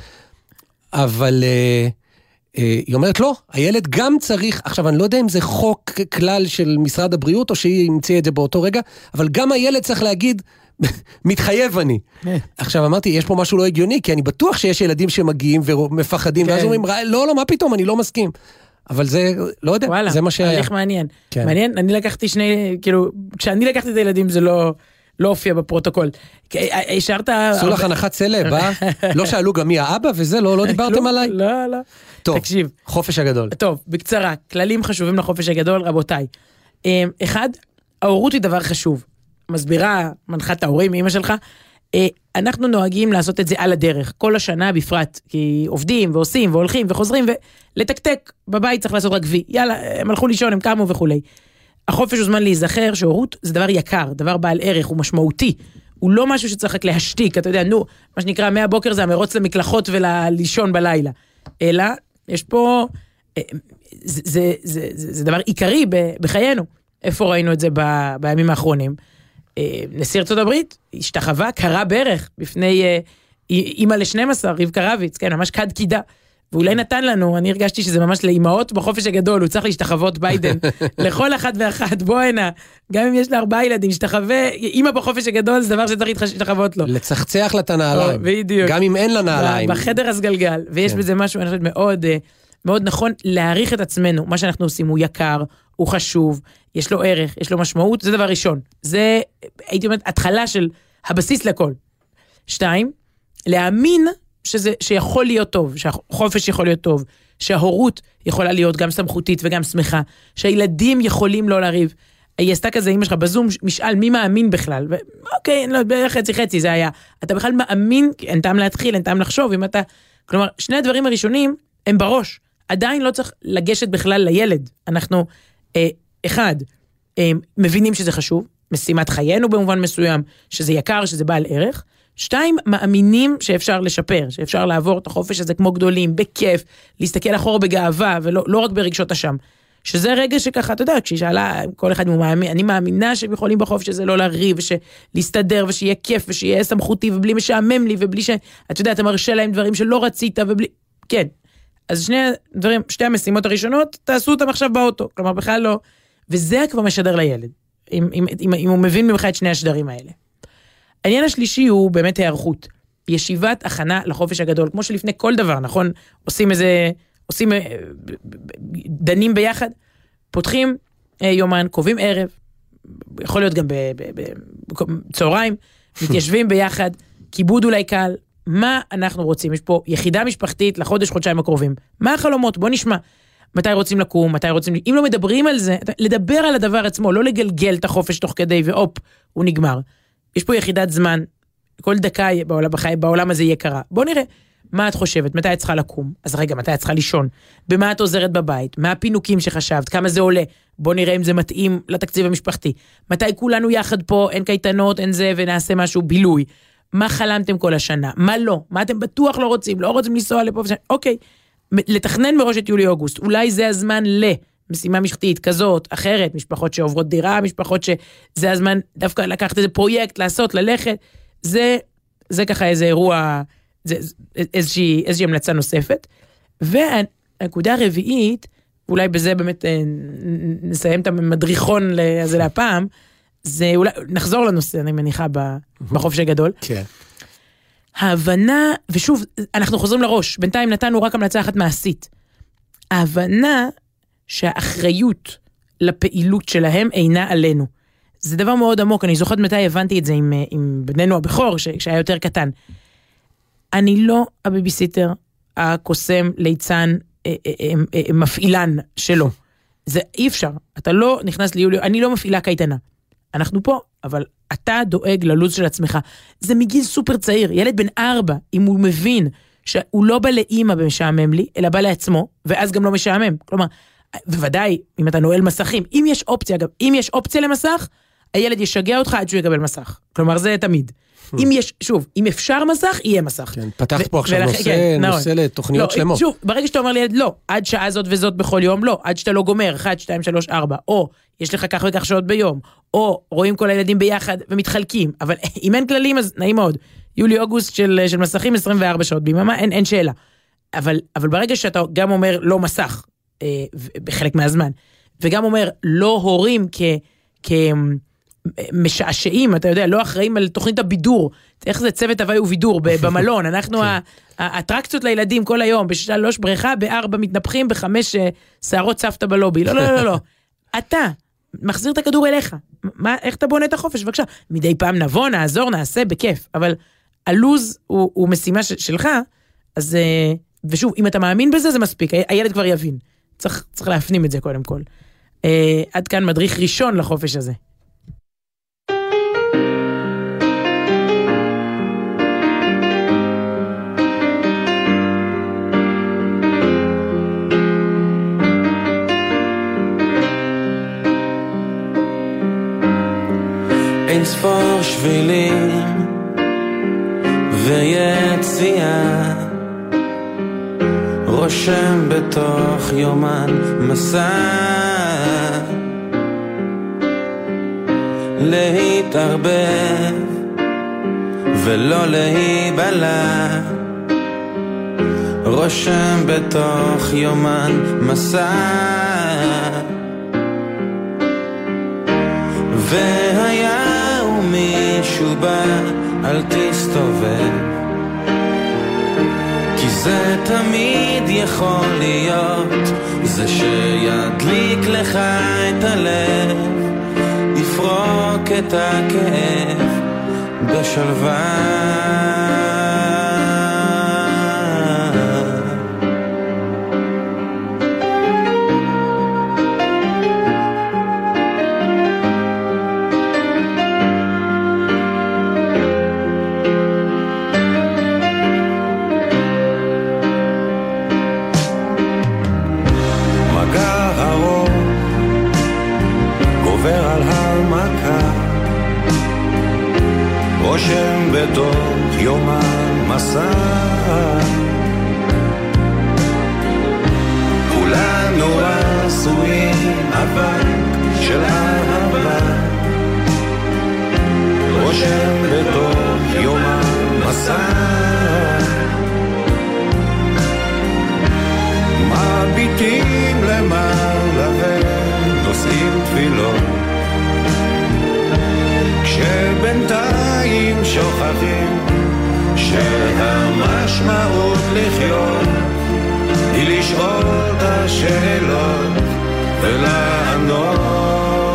אבל uh, uh, היא אומרת, לא, הילד גם צריך, עכשיו, אני לא יודע אם זה חוק כלל של משרד הבריאות, או שהיא המציאה את זה באותו רגע, אבל גם הילד צריך להגיד, מתחייב אני. עכשיו אמרתי, יש פה משהו לא הגיוני, כי אני בטוח שיש ילדים שמגיעים ומפחדים, ואז אומרים, לא, לא, מה פתאום, אני לא מסכים. אבל זה, לא יודע, זה מה שהיה. הליך מעניין. מעניין, אני לקחתי שני, כאילו, כשאני לקחתי את הילדים זה לא... לא הופיע בפרוטוקול. השארת... עשו לך הנחת סלב, אה? לא שאלו גם מי האבא וזה, לא דיברתם עליי? לא, לא. טוב, חופש הגדול. טוב, בקצרה, כללים חשובים לחופש הגדול, רבותיי. אחד, ההורות היא דבר חשוב. מסבירה, מנחת ההורים, אמא שלך, אנחנו נוהגים לעשות את זה על הדרך, כל השנה בפרט, כי עובדים ועושים והולכים וחוזרים, ולתקתק בבית צריך לעשות רק וי, יאללה, הם הלכו לישון, הם קמו וכולי. החופש הוא זמן להיזכר שהורות זה דבר יקר, דבר בעל ערך, הוא משמעותי, הוא לא משהו שצריך רק להשתיק, אתה יודע, נו, מה שנקרא, מהבוקר זה המרוץ למקלחות ולישון בלילה, אלא יש פה, זה, זה, זה, זה, זה דבר עיקרי בחיינו, איפה ראינו את זה ב, בימים האחרונים, נשיא ארצות הברית, השתחווה, קרה ברך, בפני אימא ל-שנים עשר, רבקה רביץ, כן, ממש קד קידה, ואולי נתן לנו, אני הרגשתי שזה ממש לאימהות בחופש הגדול, הוא צריך להשתחוות ביידן, לכל אחת ואחת, בוא הנה, גם אם יש לה ארבעה ילדים, השתחווה, אימא בחופש הגדול, זה דבר שצריך להשתחוות לו. לצחצח לה את הנעליים, גם אם אין לה נעליים. בחדר הסגלגל, ויש בזה משהו, אני חושבת, מאוד, מאוד נכון, להעריך את עצמנו, מה שאנחנו עושים הוא יקר, הוא חשוב, יש לו ערך, יש לו משמעות, זה דבר ראשון. זה, הייתי אומרת, התחלה של הבסיס לכל. שתיים, להאמין שזה, שיכול להיות טוב, שהחופש יכול להיות טוב, שההורות יכולה להיות גם סמכותית וגם שמחה, שהילדים יכולים לא לריב. היא עשתה כזה, אמא שלך בזום, משאל מי מאמין בכלל, ואוקיי, לא, בערך חצי חצי זה היה. אתה בכלל מאמין, אין טעם להתחיל, אין טעם לחשוב, אם אתה, כלומר, שני הדברים הראשונים הם בראש. עדיין לא צריך לגשת בכלל לילד. אנחנו, אה, אחד, אה, מבינים שזה חשוב, משימת חיינו במובן מסוים, שזה יקר, שזה בעל ערך. שתיים, מאמינים שאפשר לשפר, שאפשר לעבור את החופש הזה כמו גדולים, בכיף, להסתכל אחורה בגאווה, ולא לא רק ברגשות אשם. שזה רגע שככה, אתה יודע, כשהיא שאלה, כל אחד הוא מאמין, אני מאמינה שהם יכולים בחופש שזה לא להריב, ולהסתדר, ושיהיה כיף, ושיהיה סמכותי, ובלי משעמם לי, ובלי ש... אתה יודע, אתה מרשה להם דברים שלא רצית, ובלי... כן. אז שני הדברים, שתי המשימות הראשונות, תעשו אותם עכשיו באוטו. כלומר, בכלל לא... וזה כבר משדר לילד, אם, אם, אם, אם הוא מבין ממך את שני השדרים האלה. העניין השלישי הוא באמת היערכות. ישיבת הכנה לחופש הגדול, כמו שלפני כל דבר, נכון? עושים איזה... עושים, דנים ביחד, פותחים יומן, קובעים ערב, יכול להיות גם בצהריים, מתיישבים ביחד, כיבוד אולי קל, מה אנחנו רוצים? יש פה יחידה משפחתית לחודש, חודשיים הקרובים. מה החלומות? בוא נשמע. מתי רוצים לקום, מתי רוצים... אם לא מדברים על זה, לדבר על הדבר עצמו, לא לגלגל את החופש תוך כדי, ואופ, הוא נגמר. יש פה יחידת זמן, כל דקה בעולם, בעולם הזה יהיה קרה. בוא נראה. מה את חושבת? מתי את צריכה לקום? אז רגע, מתי את צריכה לישון? במה את עוזרת בבית? מה הפינוקים שחשבת? כמה זה עולה? בוא נראה אם זה מתאים לתקציב המשפחתי. מתי כולנו יחד פה, אין קייטנות, אין זה, ונעשה משהו בילוי? מה חלמתם כל השנה? מה לא? מה אתם בטוח לא רוצים? לא רוצים לנסוע לפה ושנה? אוקיי, לתכנן מראש את יולי-אוגוסט. אולי זה הזמן למשימה משפחתית כזאת, אחרת, משפחות שעוברות דירה, משפחות שזה הזמן דווקא לקחת איזה פרויקט, לעשות, ללכת. זה, זה ככה איזה אירוע... זה איזושהי, איזושהי המלצה נוספת, והנקודה הרביעית, אולי בזה באמת נסיים את המדריכון הזה להפעם, זה אולי, נחזור לנושא, אני מניחה, בחופש הגדול. כן. ההבנה, ושוב, אנחנו חוזרים לראש, בינתיים נתנו רק המלצה אחת מעשית, ההבנה שהאחריות לפעילות שלהם אינה עלינו. זה דבר מאוד עמוק, אני זוכרת מתי הבנתי את זה עם, עם בננו הבכור, שהיה יותר קטן. אני לא הביביסיטר, הקוסם, ליצן, אה, אה, אה, אה, מפעילן שלו. זה אי אפשר. אתה לא נכנס ליולי, אני לא מפעילה קייטנה. אנחנו פה, אבל אתה דואג ללוז של עצמך. זה מגיל סופר צעיר, ילד בן ארבע, אם הוא מבין שהוא לא בא לאמא ומשעמם לי, אלא בא לעצמו, ואז גם לא משעמם. כלומר, בוודאי, אם אתה נועל מסכים, אם יש אופציה, אגב, אם יש אופציה למסך, הילד ישגע אותך עד שהוא יקבל מסך. כלומר, זה תמיד. אם יש, שוב, אם אפשר מסך, יהיה מסך. כן, פתחת פה עכשיו נושא, נושא לתוכניות שלמות. שוב, ברגע שאתה אומר לילד, לא, עד שעה זאת וזאת בכל יום, לא, עד שאתה לא גומר, אחת, שתיים, שלוש, ארבע, או יש לך כך וכך שעות ביום, או רואים כל הילדים ביחד ומתחלקים, אבל אם אין כללים, אז נעים מאוד. יולי-אוגוסט של, של מסכים, עשרים וארבע שעות ביממה, אין, אין שאלה. אבל, אבל ברגע שאתה גם אומר לא מסך, אה, בחלק מהזמן, וגם אומר לא הורים כ... כ משעשעים, אתה יודע, לא אחראים על תוכנית הבידור, איך זה צוות הווי ובידור במלון, אנחנו האטרקציות לילדים כל היום, בשלוש בריכה, בארבע מתנפחים, בחמש שערות סבתא בלובי, לא, לא, לא, לא, אתה מחזיר את הכדור אליך, מה, איך אתה בונה את החופש, בבקשה, מדי פעם נבוא, נעזור, נעשה, בכיף, אבל הלוז הוא, הוא משימה שלך, אז, ושוב, אם אתה מאמין בזה, זה מספיק, הילד כבר יבין, צריך, צריך להפנים את זה קודם כל. עד כאן מדריך ראשון לחופש הזה. אין ספור שבילים ויציאה רושם בתוך יומן מסע להתערבב ולא להיבלה רושם בתוך יומן מסע והיה מישהו בא, אל תסתובב כי זה תמיד יכול להיות זה שידליק לך את הלב יפרוק את הכאב בשלווה רושם בתוך יום המסע, כולנו עשויים אבק של אהבה, רושם בתוך יום המסע, מביטים למעלה ונושאים תפילות, כשבינתיים שוכחים שהמשמעות לחיות היא לשאול את השאלות ולענות.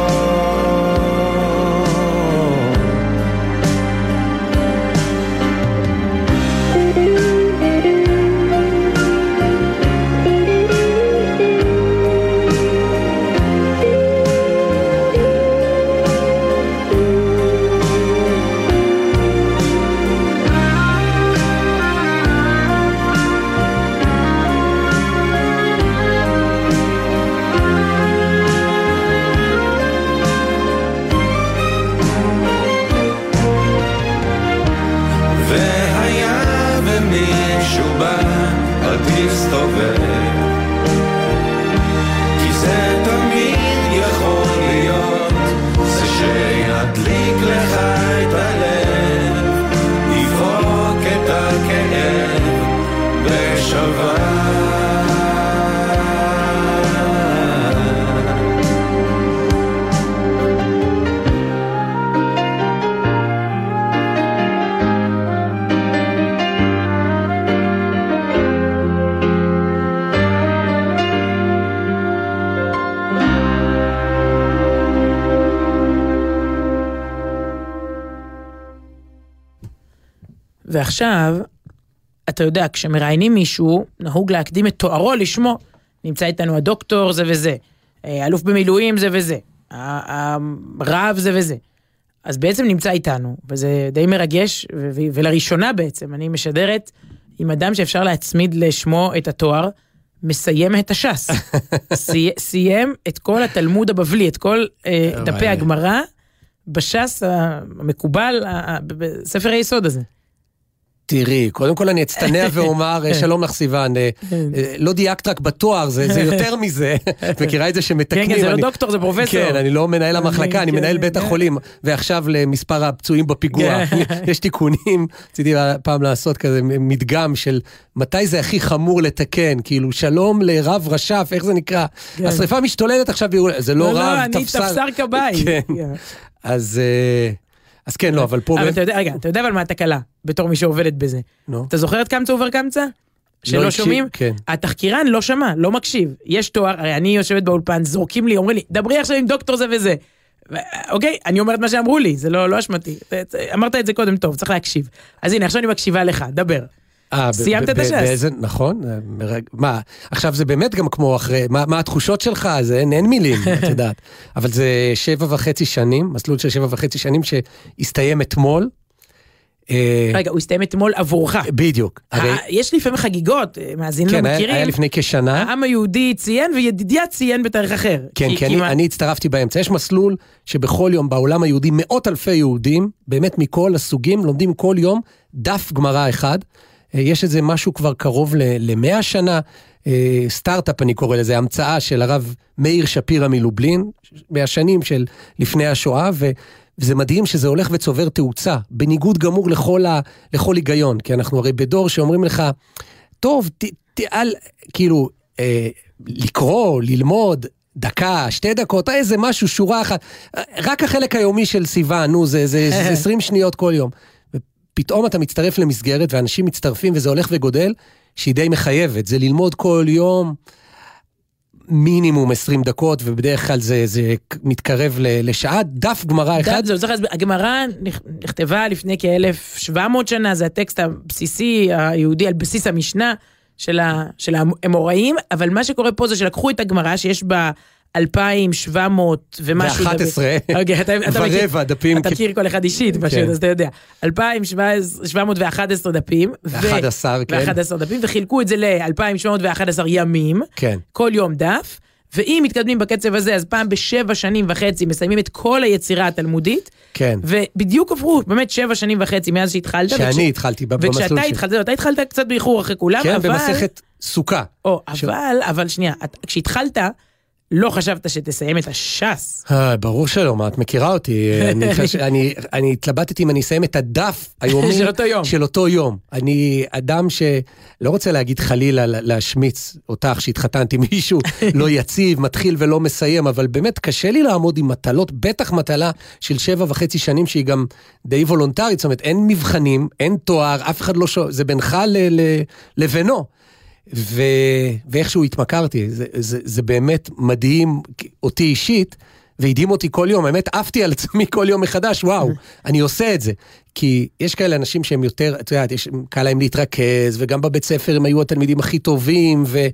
כי זה תמיד יכול להיות, זה שידליק לך את הלב, יפרוק את הכאב בשלווה. ועכשיו, אתה יודע, כשמראיינים מישהו, נהוג להקדים את תוארו לשמו, נמצא איתנו הדוקטור זה וזה, אלוף במילואים זה וזה, הרב זה וזה. אז בעצם נמצא איתנו, וזה די מרגש, ולראשונה בעצם, אני משדרת עם אדם שאפשר להצמיד לשמו את התואר, מסיים את הש"ס. סיים את כל התלמוד הבבלי, את כל דפי הגמרא, בש"ס המקובל, בספר היסוד הזה. תראי, קודם כל אני אצטנע ואומר, שלום לך סיוון, לא דייקת רק בתואר, זה יותר מזה, מכירה את זה שמתקנים. כן, זה לא דוקטור, זה פרופסור. כן, אני לא מנהל המחלקה, אני מנהל בית החולים, ועכשיו למספר הפצועים בפיגוע, יש תיקונים, רציתי פעם לעשות כזה מדגם של מתי זה הכי חמור לתקן, כאילו שלום לרב רשף, איך זה נקרא? השריפה משתוללת עכשיו, זה לא רב, תפסר. אני תפסר כבאי. אז... אז כן, לא, אבל פה... אבל אתה יודע, רגע, אתה יודע אבל מה התקלה, בתור מי שעובדת בזה. אתה זוכר את קמצא עובר קמצא? שלא שומעים? התחקירן לא שמע, לא מקשיב. יש תואר, הרי אני יושבת באולפן, זורקים לי, אומרים לי, דברי עכשיו עם דוקטור זה וזה. אוקיי, אני אומרת מה שאמרו לי, זה לא אשמתי. אמרת את זה קודם טוב, צריך להקשיב. אז הנה, עכשיו אני מקשיבה לך, דבר. סיימת את הש"ס. נכון, מה, עכשיו זה באמת גם כמו אחרי, מה התחושות שלך, זה אין מילים, את יודעת, אבל זה שבע וחצי שנים, מסלול של שבע וחצי שנים שהסתיים אתמול. רגע, הוא הסתיים אתמול עבורך. בדיוק. יש לפעמים חגיגות, מאזינים לא מכירים. כן, היה לפני כשנה. העם היהודי ציין וידידיה ציין בתאריך אחר. כן, כי אני הצטרפתי באמצע. יש מסלול שבכל יום בעולם היהודי, מאות אלפי יהודים, באמת מכל הסוגים, לומדים כל יום דף גמרא אחד. יש איזה משהו כבר קרוב למאה שנה, סטארט-אפ אני קורא לזה, המצאה של הרב מאיר שפירא מלובלין, מהשנים של לפני השואה, וזה מדהים שזה הולך וצובר תאוצה, בניגוד גמור לכל, ה, לכל היגיון, כי אנחנו הרי בדור שאומרים לך, טוב, ת, תעל, כאילו, אה, לקרוא, ללמוד, דקה, שתי דקות, איזה משהו, שורה אחת, רק החלק היומי של סיוון, נו, זה, זה, זה עשרים שניות כל יום. פתאום אתה מצטרף למסגרת, ואנשים מצטרפים, וזה הולך וגודל, שהיא די מחייבת. זה ללמוד כל יום מינימום עשרים דקות, ובדרך כלל זה, זה מתקרב לשעה, דף גמרא אחד. הגמרא נכתבה לפני כ-אלף שבע מאות שנה, זה הטקסט הבסיסי היהודי, על בסיס המשנה של האמוראים, אבל מה שקורה פה זה שלקחו את הגמרא, שיש בה אלפיים שבע מאות ומשהו. ואחת עשרה. ורבע דפים. אתה מכיר כל אחד אישית, פשוט, אז אתה יודע. אלפיים שבע מאות ואחת עשרה דפים. ואחת עשר, כן. ואחת עשרה דפים, וחילקו את זה ל-אלפיים שבע מאות ואחת עשרה ימים. כן. כל יום דף, ואם מתקדמים בקצב הזה, אז פעם בשבע שנים וחצי מסיימים את כל היצירה התלמודית, כן. ובדיוק עברו, באמת שבע שנים וחצי מאז שהתחלת. שאני וכש... התחלתי במסלול שלי. וכשאתה התחלת, אתה התחלת קצת באיחור אחרי כולם, כן, אבל... במסכת סוכה. או, ש... אבל, אבל שנייה, כשהתחלת, לא חשבת שתסיים את הש"ס. ברור שלא, מה, את מכירה אותי. אני, חש... אני, אני התלבטתי אם אני אסיים את הדף היומי של אותו יום. של אותו יום. אני אדם שלא רוצה להגיד חלילה להשמיץ אותך שהתחתנתי מישהו, לא יציב, מתחיל ולא מסיים, אבל באמת קשה לי לעמוד עם מטלות, בטח מטלה של שבע וחצי שנים שהיא גם די וולונטרית, זאת אומרת, אין מבחנים, אין תואר, אף אחד לא שואל, זה בינך ל... ל... לבינו. ו... ואיכשהו התמכרתי, זה, זה, זה באמת מדהים אותי אישית, והדהים אותי כל יום, האמת, עפתי על עצמי כל יום מחדש, וואו, אני עושה את זה, כי יש כאלה אנשים שהם יותר, את יודעת, יש קל להם להתרכז, וגם בבית ספר הם היו התלמידים הכי טובים, ו...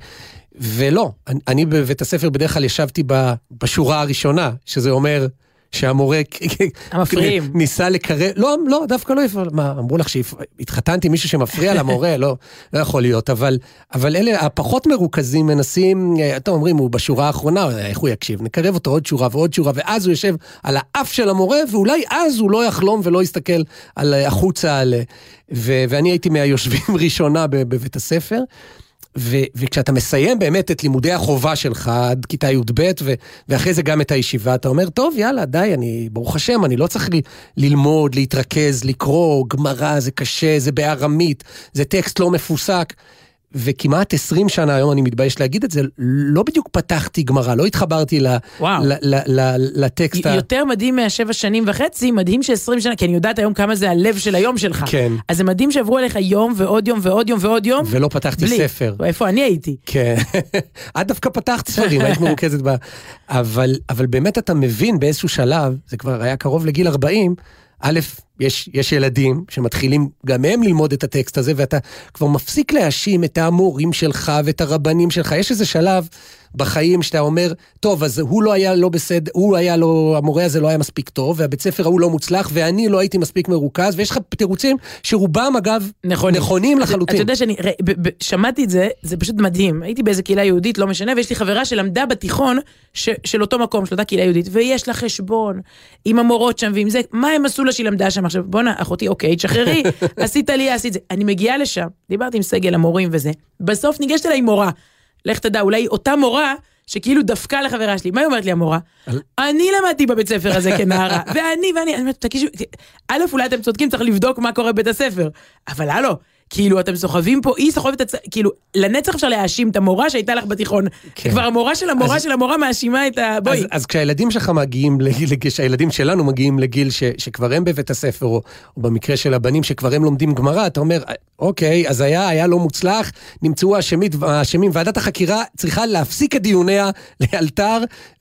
ולא, אני, אני בבית הספר בדרך כלל ישבתי ב... בשורה הראשונה, שזה אומר... שהמורה המפריעים ניסה לקרב, לא, לא, דווקא לא, מה, אמרו לך שהתחתנתי מישהו שמפריע למורה, לא, לא יכול להיות, אבל, אבל אלה הפחות מרוכזים מנסים, אתם אומרים, הוא בשורה האחרונה, איך הוא יקשיב, נקרב אותו עוד שורה ועוד שורה, ואז הוא יושב על האף של המורה, ואולי אז הוא לא יחלום ולא יסתכל על החוצה, על, ו, ואני הייתי מהיושבים ראשונה בבית הספר, ו- וכשאתה מסיים באמת את לימודי החובה שלך עד כיתה י' ב' ו- ואחרי זה גם את הישיבה, אתה אומר, טוב, יאללה, די, אני, ברוך השם, אני לא צריך ל- ללמוד, להתרכז, לקרוא, גמרא, זה קשה, זה בארמית, זה טקסט לא מפוסק, וכמעט עשרים שנה היום אני מתבייש להגיד את זה, לא בדיוק פתחתי גמרא, לא התחברתי ל- ל- ל- ל- לטקסט. יותר מדהים מהשבע שנים וחצי, מדהים שעשרים שנה, כי אני יודעת היום כמה זה הלב של היום שלך. כן. אז זה מדהים שעברו עליך יום ועוד יום ועוד יום ועוד יום. ולא פתחתי בלי. ספר. איפה אני הייתי? כן. את דווקא פתחת ספרים, היית מרוכזת בה. אבל, אבל באמת אתה מבין באיזשהו שלב, זה כבר היה קרוב לגיל ארבעים, א', יש, יש ילדים שמתחילים גם הם ללמוד את הטקסט הזה, ואתה כבר מפסיק להאשים את המורים שלך ואת הרבנים שלך. יש איזה שלב בחיים שאתה אומר, טוב, אז הוא לא היה לא בסדר, הוא היה לא, המורה הזה לא היה מספיק טוב, והבית ספר הוא לא מוצלח, ואני לא הייתי מספיק מרוכז, ויש לך תירוצים שרובם אגב נכונים, נכונים לחלוטין. אתה יודע שאני, ב- ב- שמעתי את זה, זה פשוט מדהים. הייתי באיזה קהילה יהודית, לא משנה, ויש לי חברה שלמדה בתיכון ש- של אותו מקום, של אותה קהילה יהודית, ויש לה חשבון עם המורות שם, ועם זה, מה הם עשו לה שהיא למדה שם? עכשיו, בוא נה, אחותי, אוקיי, תשחררי, עשית לי, עשית זה. אני מגיעה לשם, דיברתי עם סגל המורים וזה. בסוף ניגשת אליי מורה. לך תדע, אולי אותה מורה שכאילו דפקה לחברה שלי. מה היא אומרת לי המורה? אני למדתי בבית ספר הזה כנערה, ואני, ואני, אני אומרת, תקישו, א', אולי אתם צודקים, צריך לבדוק מה קורה בבית הספר. אבל הלו, כאילו, אתם סוחבים פה, היא סוחבת את, כאילו, לנצח אפשר להאשים את המורה שהייתה לך בתיכון. כבר המורה של המורה של המורה מאשימה את ה... בואי. אז כשהילדים שלך מגיעים לגיל, כשהילדים שלנו מגיעים לגיל שכבר הם בבית הספר, או במקרה של הבנים שכבר הם לומדים גמרא, אתה אומר, אוקיי, אז היה, היה לא מוצלח, נמצאו האשמים, ועדת החקירה צריכה להפסיק את דיוניה לאלתר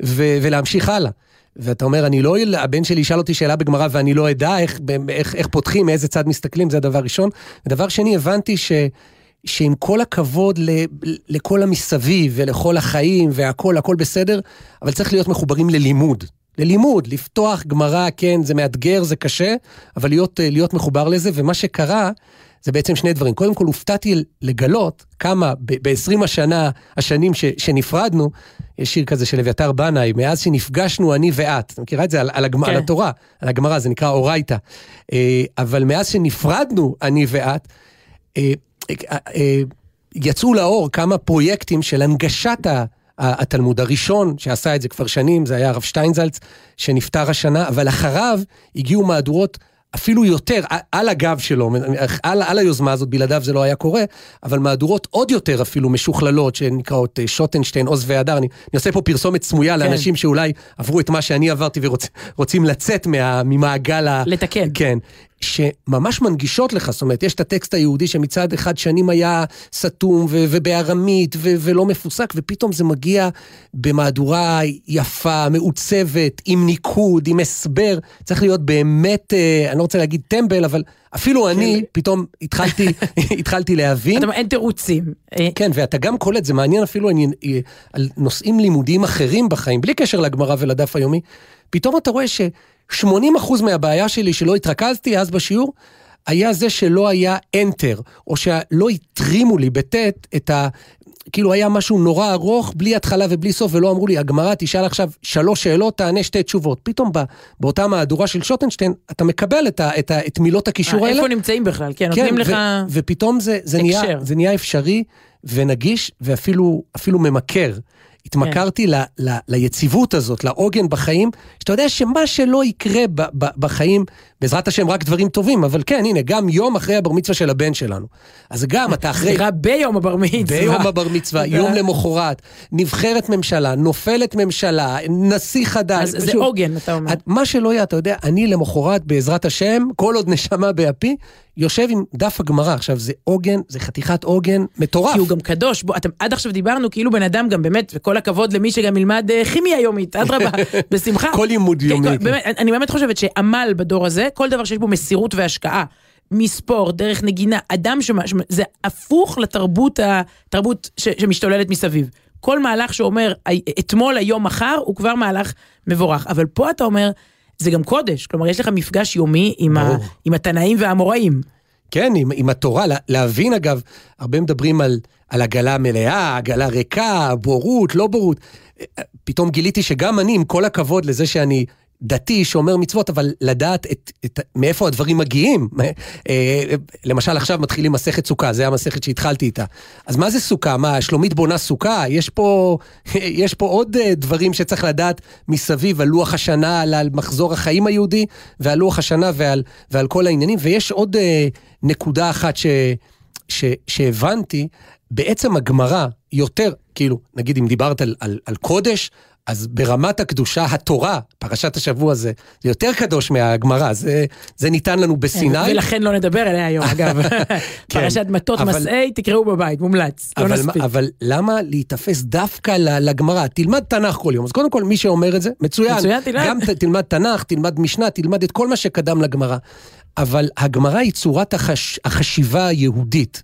ולהמשיך הלאה. ואתה אומר, אני לא, הבן שלי ישאל אותי שאלה בגמרא, ואני לא אדע איך, איך, איך פותחים, מאיזה צד מסתכלים, זה הדבר ראשון. הדבר שני, הבנתי ש, שעם כל הכבוד ל, לכל המסביב, ולכל החיים, והכל, הכל בסדר, אבל צריך להיות מחוברים ללימוד. ללימוד, לפתוח גמרא, כן, זה מאתגר, זה קשה, אבל להיות, להיות מחובר לזה, ומה שקרה, זה בעצם שני דברים. קודם כל, הופתעתי לגלות כמה, ב-עשרים השנה, השנים ש, שנפרדנו, יש שיר כזה של אביתר בנאי, מאז שנפגשנו אני ואת, אתה מכירה את זה? על, על, הגמר, כן. על התורה, על הגמרא, זה נקרא אורייתא. אבל מאז שנפרדנו אני ואת, יצאו לאור כמה פרויקטים של הנגשת התלמוד. הראשון שעשה את זה כבר שנים, זה היה הרב שטיינזלץ, שנפטר השנה, אבל אחריו הגיעו מהדורות אפילו יותר, על הגב שלו, על, על היוזמה הזאת, בלעדיו זה לא היה קורה, אבל מהדורות עוד יותר אפילו משוכללות, שנקראות שוטנשטיין, עוז והדר, אני, אני עושה פה פרסומת סמויה כן. לאנשים שאולי עברו את מה שאני עברתי ורוצים לצאת מה, ממעגל ה... לתקן. כן. שממש מנגישות לך, זאת אומרת, יש את הטקסט היהודי שמצד אחד שנים היה סתום ו- ובארמית ו- ולא מפוסק, ופתאום זה מגיע במהדורה יפה, מעוצבת, עם ניקוד, עם הסבר, צריך להיות באמת, אני לא רוצה להגיד טמבל, אבל אפילו אני פתאום התחלתי, התחלתי להבין. אתה אומר, אין תירוצים. כן, ואתה גם קולט, זה מעניין אפילו אני, על נושאים לימודיים אחרים בחיים, בלי קשר לגמרא ולדף היומי, פתאום אתה רואה ש... שמונים אחוז מהבעיה שלי שלא התרכזתי אז בשיעור, היה זה שלא היה enter, או שלא התרימו לי בטט את ה... כאילו היה משהו נורא ארוך, בלי התחלה ובלי סוף, ולא אמרו לי, הגמרא תשאל עכשיו שלוש שאלות, תענה שתי תשובות. פתאום בא, באותה מהדורה של שוטנשטיין, אתה מקבל את, ה, את, ה, את מילות הקישור האלה. איפה נמצאים בכלל? כן, נותנים לך... ו, ופתאום זה, זה, נהיה, זה נהיה אפשרי ונגיש, ואפילו אפילו ממכר. התמכרתי ל, ל, ליציבות הזאת, לעוגן בחיים, שאתה יודע שמה שלא יקרה ב, ב, בחיים, בעזרת השם רק דברים טובים, אבל כן, הנה, גם יום אחרי הבר מצווה של הבן שלנו. אז גם אתה אחרי... סליחה, ביום הבר מצווה. ביום הבר מצווה, יום למחרת, נבחרת ממשלה, נופלת ממשלה, נשיא חדש. אז זה עוגן, אתה אומר. מה שלא יהיה, אתה יודע, אני למחרת, בעזרת השם, כל עוד נשמה באפי, יושב עם דף הגמרא. עכשיו, זה עוגן, זה חתיכת עוגן מטורף. כי הוא גם קדוש. בוא, אתם עד עכשיו דיברנו, כאילו בן אדם גם באמת, וכל הכבוד למי שגם ילמד כימיה יומית, אדרבה, בשמחה. כל לימוד יומי. באמת, אני באמת חושבת שעמל בדור הזה, כל דבר שיש בו מסירות והשקעה, מספורט, דרך נגינה, אדם שמה, זה הפוך לתרבות, התרבות ש, שמשתוללת מסביב. כל מהלך שאומר, אתמול, היום, מחר, הוא כבר מהלך מבורך. אבל פה אתה אומר, זה גם קודש, כלומר, יש לך מפגש יומי עם, ה, עם התנאים והאמוראים. כן, עם, עם התורה, לה, להבין אגב, הרבה מדברים על, על הגלה מלאה, הגלה ריקה, בורות, לא בורות. פתאום גיליתי שגם אני, עם כל הכבוד לזה שאני דתי, שומר מצוות, אבל לדעת את, את, מאיפה הדברים מגיעים. למשל, עכשיו מתחילים מסכת סוכה, זה המסכת שהתחלתי איתה. אז מה זה סוכה? מה, שלומית בונה סוכה? יש פה, יש פה עוד דברים שצריך לדעת מסביב, על לוח השנה, על, על מחזור החיים היהודי, ועל לוח השנה ועל, ועל כל העניינים. ויש עוד נקודה אחת ש, ש, שהבנתי, בעצם הגמרא יותר, כאילו, נגיד אם דיברת על, על, על קודש, אז ברמת הקדושה, התורה, פרשת השבוע הזה, זה יותר קדוש מהגמרא, זה, זה ניתן לנו בסיני. ולכן לא נדבר עליה היום, אגב. פרשת מטות מסעי, תקראו בבית, מומלץ, לא נספיק. אבל למה להתאפס דווקא לגמרא? תלמד תנ"ך כל יום. אז קודם כל, מי שאומר את זה, מצוין. מצוין, תלמד. גם תלמד תנ"ך, תלמד משנה, תלמד את כל מה שקדם לגמרא. אבל הגמרא היא צורת החש... החשיבה היהודית.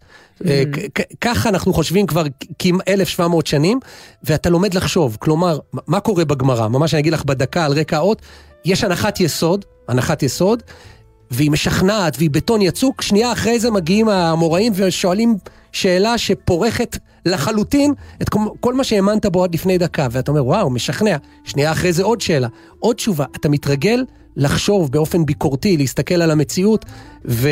ככה אנחנו חושבים כבר כ-אלף שבע מאות שנים, ואתה לומד לחשוב, כלומר, מה קורה בגמרא? ממש אני אגיד לך בדקה על רקע האות, יש הנחת יסוד, הנחת יסוד, והיא משכנעת, והיא בטון יצוק, שנייה אחרי זה מגיעים האמוראים ושואלים שאלה שפורכת לחלוטין את כל מה שהאמנת בו עד לפני דקה, ואתה אומר, וואו, משכנע, שנייה אחרי זה עוד שאלה, עוד תשובה, אתה מתרגל לחשוב באופן ביקורתי, להסתכל על המציאות, ו...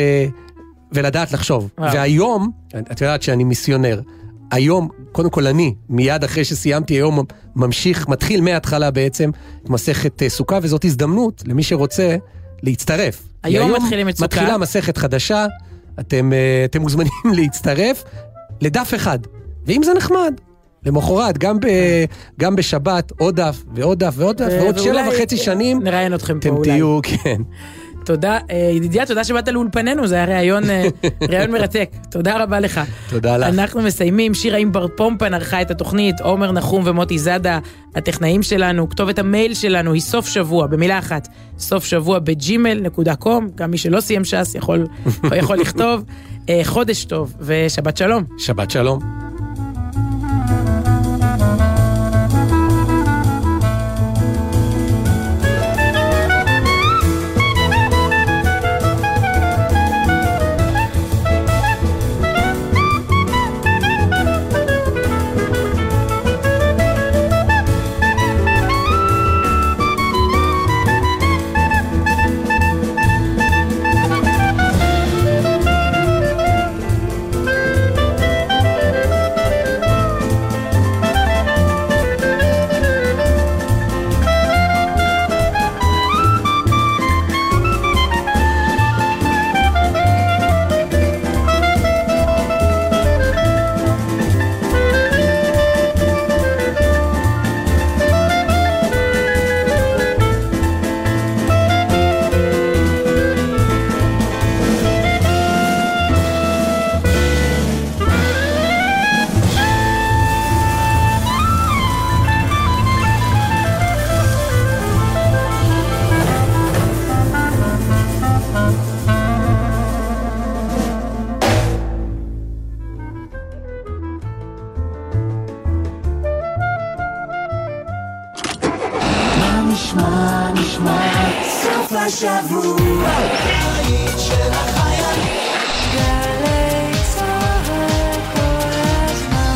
ולדעת לחשוב. וואו. והיום, את יודעת שאני מיסיונר, היום, קודם כל אני, מיד אחרי שסיימתי היום, ממשיך, מתחיל מההתחלה בעצם, מסכת סוכה, וזאת הזדמנות למי שרוצה להצטרף. היום, היום מתחילים את סוכה. מתחילה מסכת חדשה, אתם, אתם מוזמנים להצטרף לדף אחד. ואם זה נחמד, למחרת, גם, ב, גם בשבת, עוד דף ועוד דף ועוד דף, ועוד שבע וחצי שנים, נראיין אתכם פה אתם אולי. תהיו, כן. תודה, ידידיה, תודה שבאת לאולפנינו, זה היה רעיון, רעיון מרתק. תודה רבה לך. תודה לך. אנחנו מסיימים, שירה אימבר פומפן ערכה את התוכנית, עומר נחום ומוטי זאדה, הטכנאים שלנו, כתובת המייל שלנו היא סוף שבוע, במילה אחת, סוף שבוע בג'ימייל נקודה קום, גם מי שלא סיים שס יכול, יכול לכתוב. חודש טוב ושבת שלום. שבת שלום. נשמע, נשמע, סוף השבוע, היית של החיילים.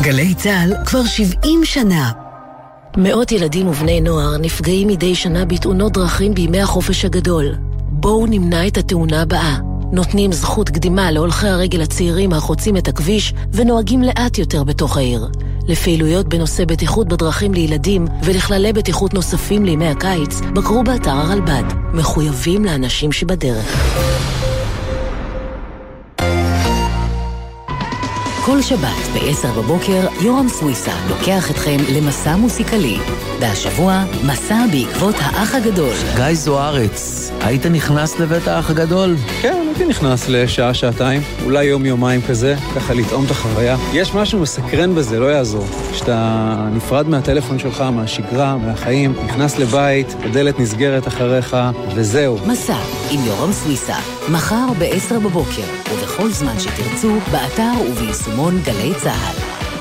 גלי צהל כבר שבעים שנה. מאות ילדים ובני נוער נפגעים מדי שנה בתאונות דרכים בימי החופש הגדול. בואו נמנע את התאונה הבאה. נותנים זכות קדימה להולכי הרגל הצעירים החוצים את הכביש ונוהגים לאט יותר בתוך העיר. לפעילויות בנושא בטיחות בדרכים לילדים ולכללי בטיחות נוספים לימי הקיץ, בקרו באתר הרלב"ד. מחויבים לאנשים שבדרך. כל שבת ב-עשר בבוקר יורם סוויסה לוקח אתכם למסע מוסיקלי. והשבוע מסע בעקבות האח הגדול. גיא זוארץ, היית נכנס לבית האח הגדול? כן, הייתי נכנס לשעה, שעתיים, אולי יום יומיים כזה, ככה לטעום את החוויה. יש משהו מסקרן בזה, לא יעזור. כשאתה נפרד מהטלפון שלך, מהשגרה, מהחיים, נכנס לבית, הדלת נסגרת אחריך, וזהו. מסע עם יורם סוויסה, מחר ב-עשר בבוקר, ובכל זמן שתרצו, באתר וביישומון גלי צהל.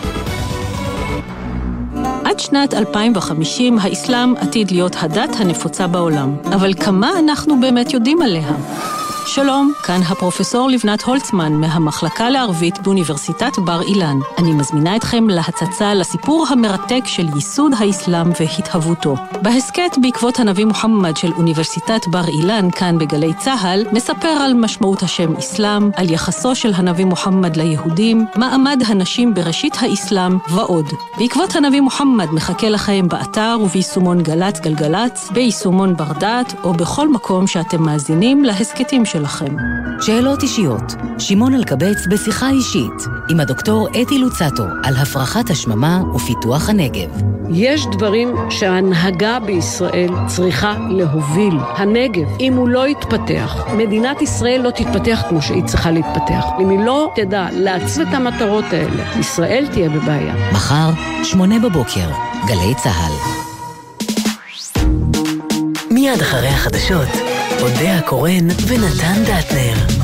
עד שנת אלפיים וחמישים האסלאם עתיד להיות הדת הנפוצה בעולם. אבל כמה אנחנו באמת יודעים עליה? שלום, כאן הפרופסור לבנת הולצמן מהמחלקה לערבית באוניברסיטת בר אילן. אני מזמינה אתכם להצצה לסיפור המרתק של ייסוד האסלאם והתהוותו. בהסקט בעקבות הנביא מוחמד של אוניברסיטת בר אילן, כאן בגלי צהל, מספר על משמעות השם אסלאם, על יחסו של הנביא מוחמד ליהודים, מעמד הנשים בראשית האסלאם ועוד. בעקבות הנביא מוחמד מחכה לכם באתר וביישומון גלץ גלגלץ, ביישומון ברדעת או בכל מקום שאתם מאזינים להסקטים של לכם. שאלות אישיות. שמעון אלקבץ בשיחה אישית עם הדוקטור אתי לוצטו על הפרחת השממה ופיתוח הנגב. יש דברים שההנהגה בישראל צריכה להוביל. הנגב, אם הוא לא יתפתח, מדינת ישראל לא תתפתח כמו שהיא צריכה להתפתח. אם היא לא תדע להציב את המטרות האלה, ישראל תהיה בבעיה. מחר, שמונה בבוקר, גלי צהל. מיד אחרי החדשות, אודיה קורן ונתן דטנר.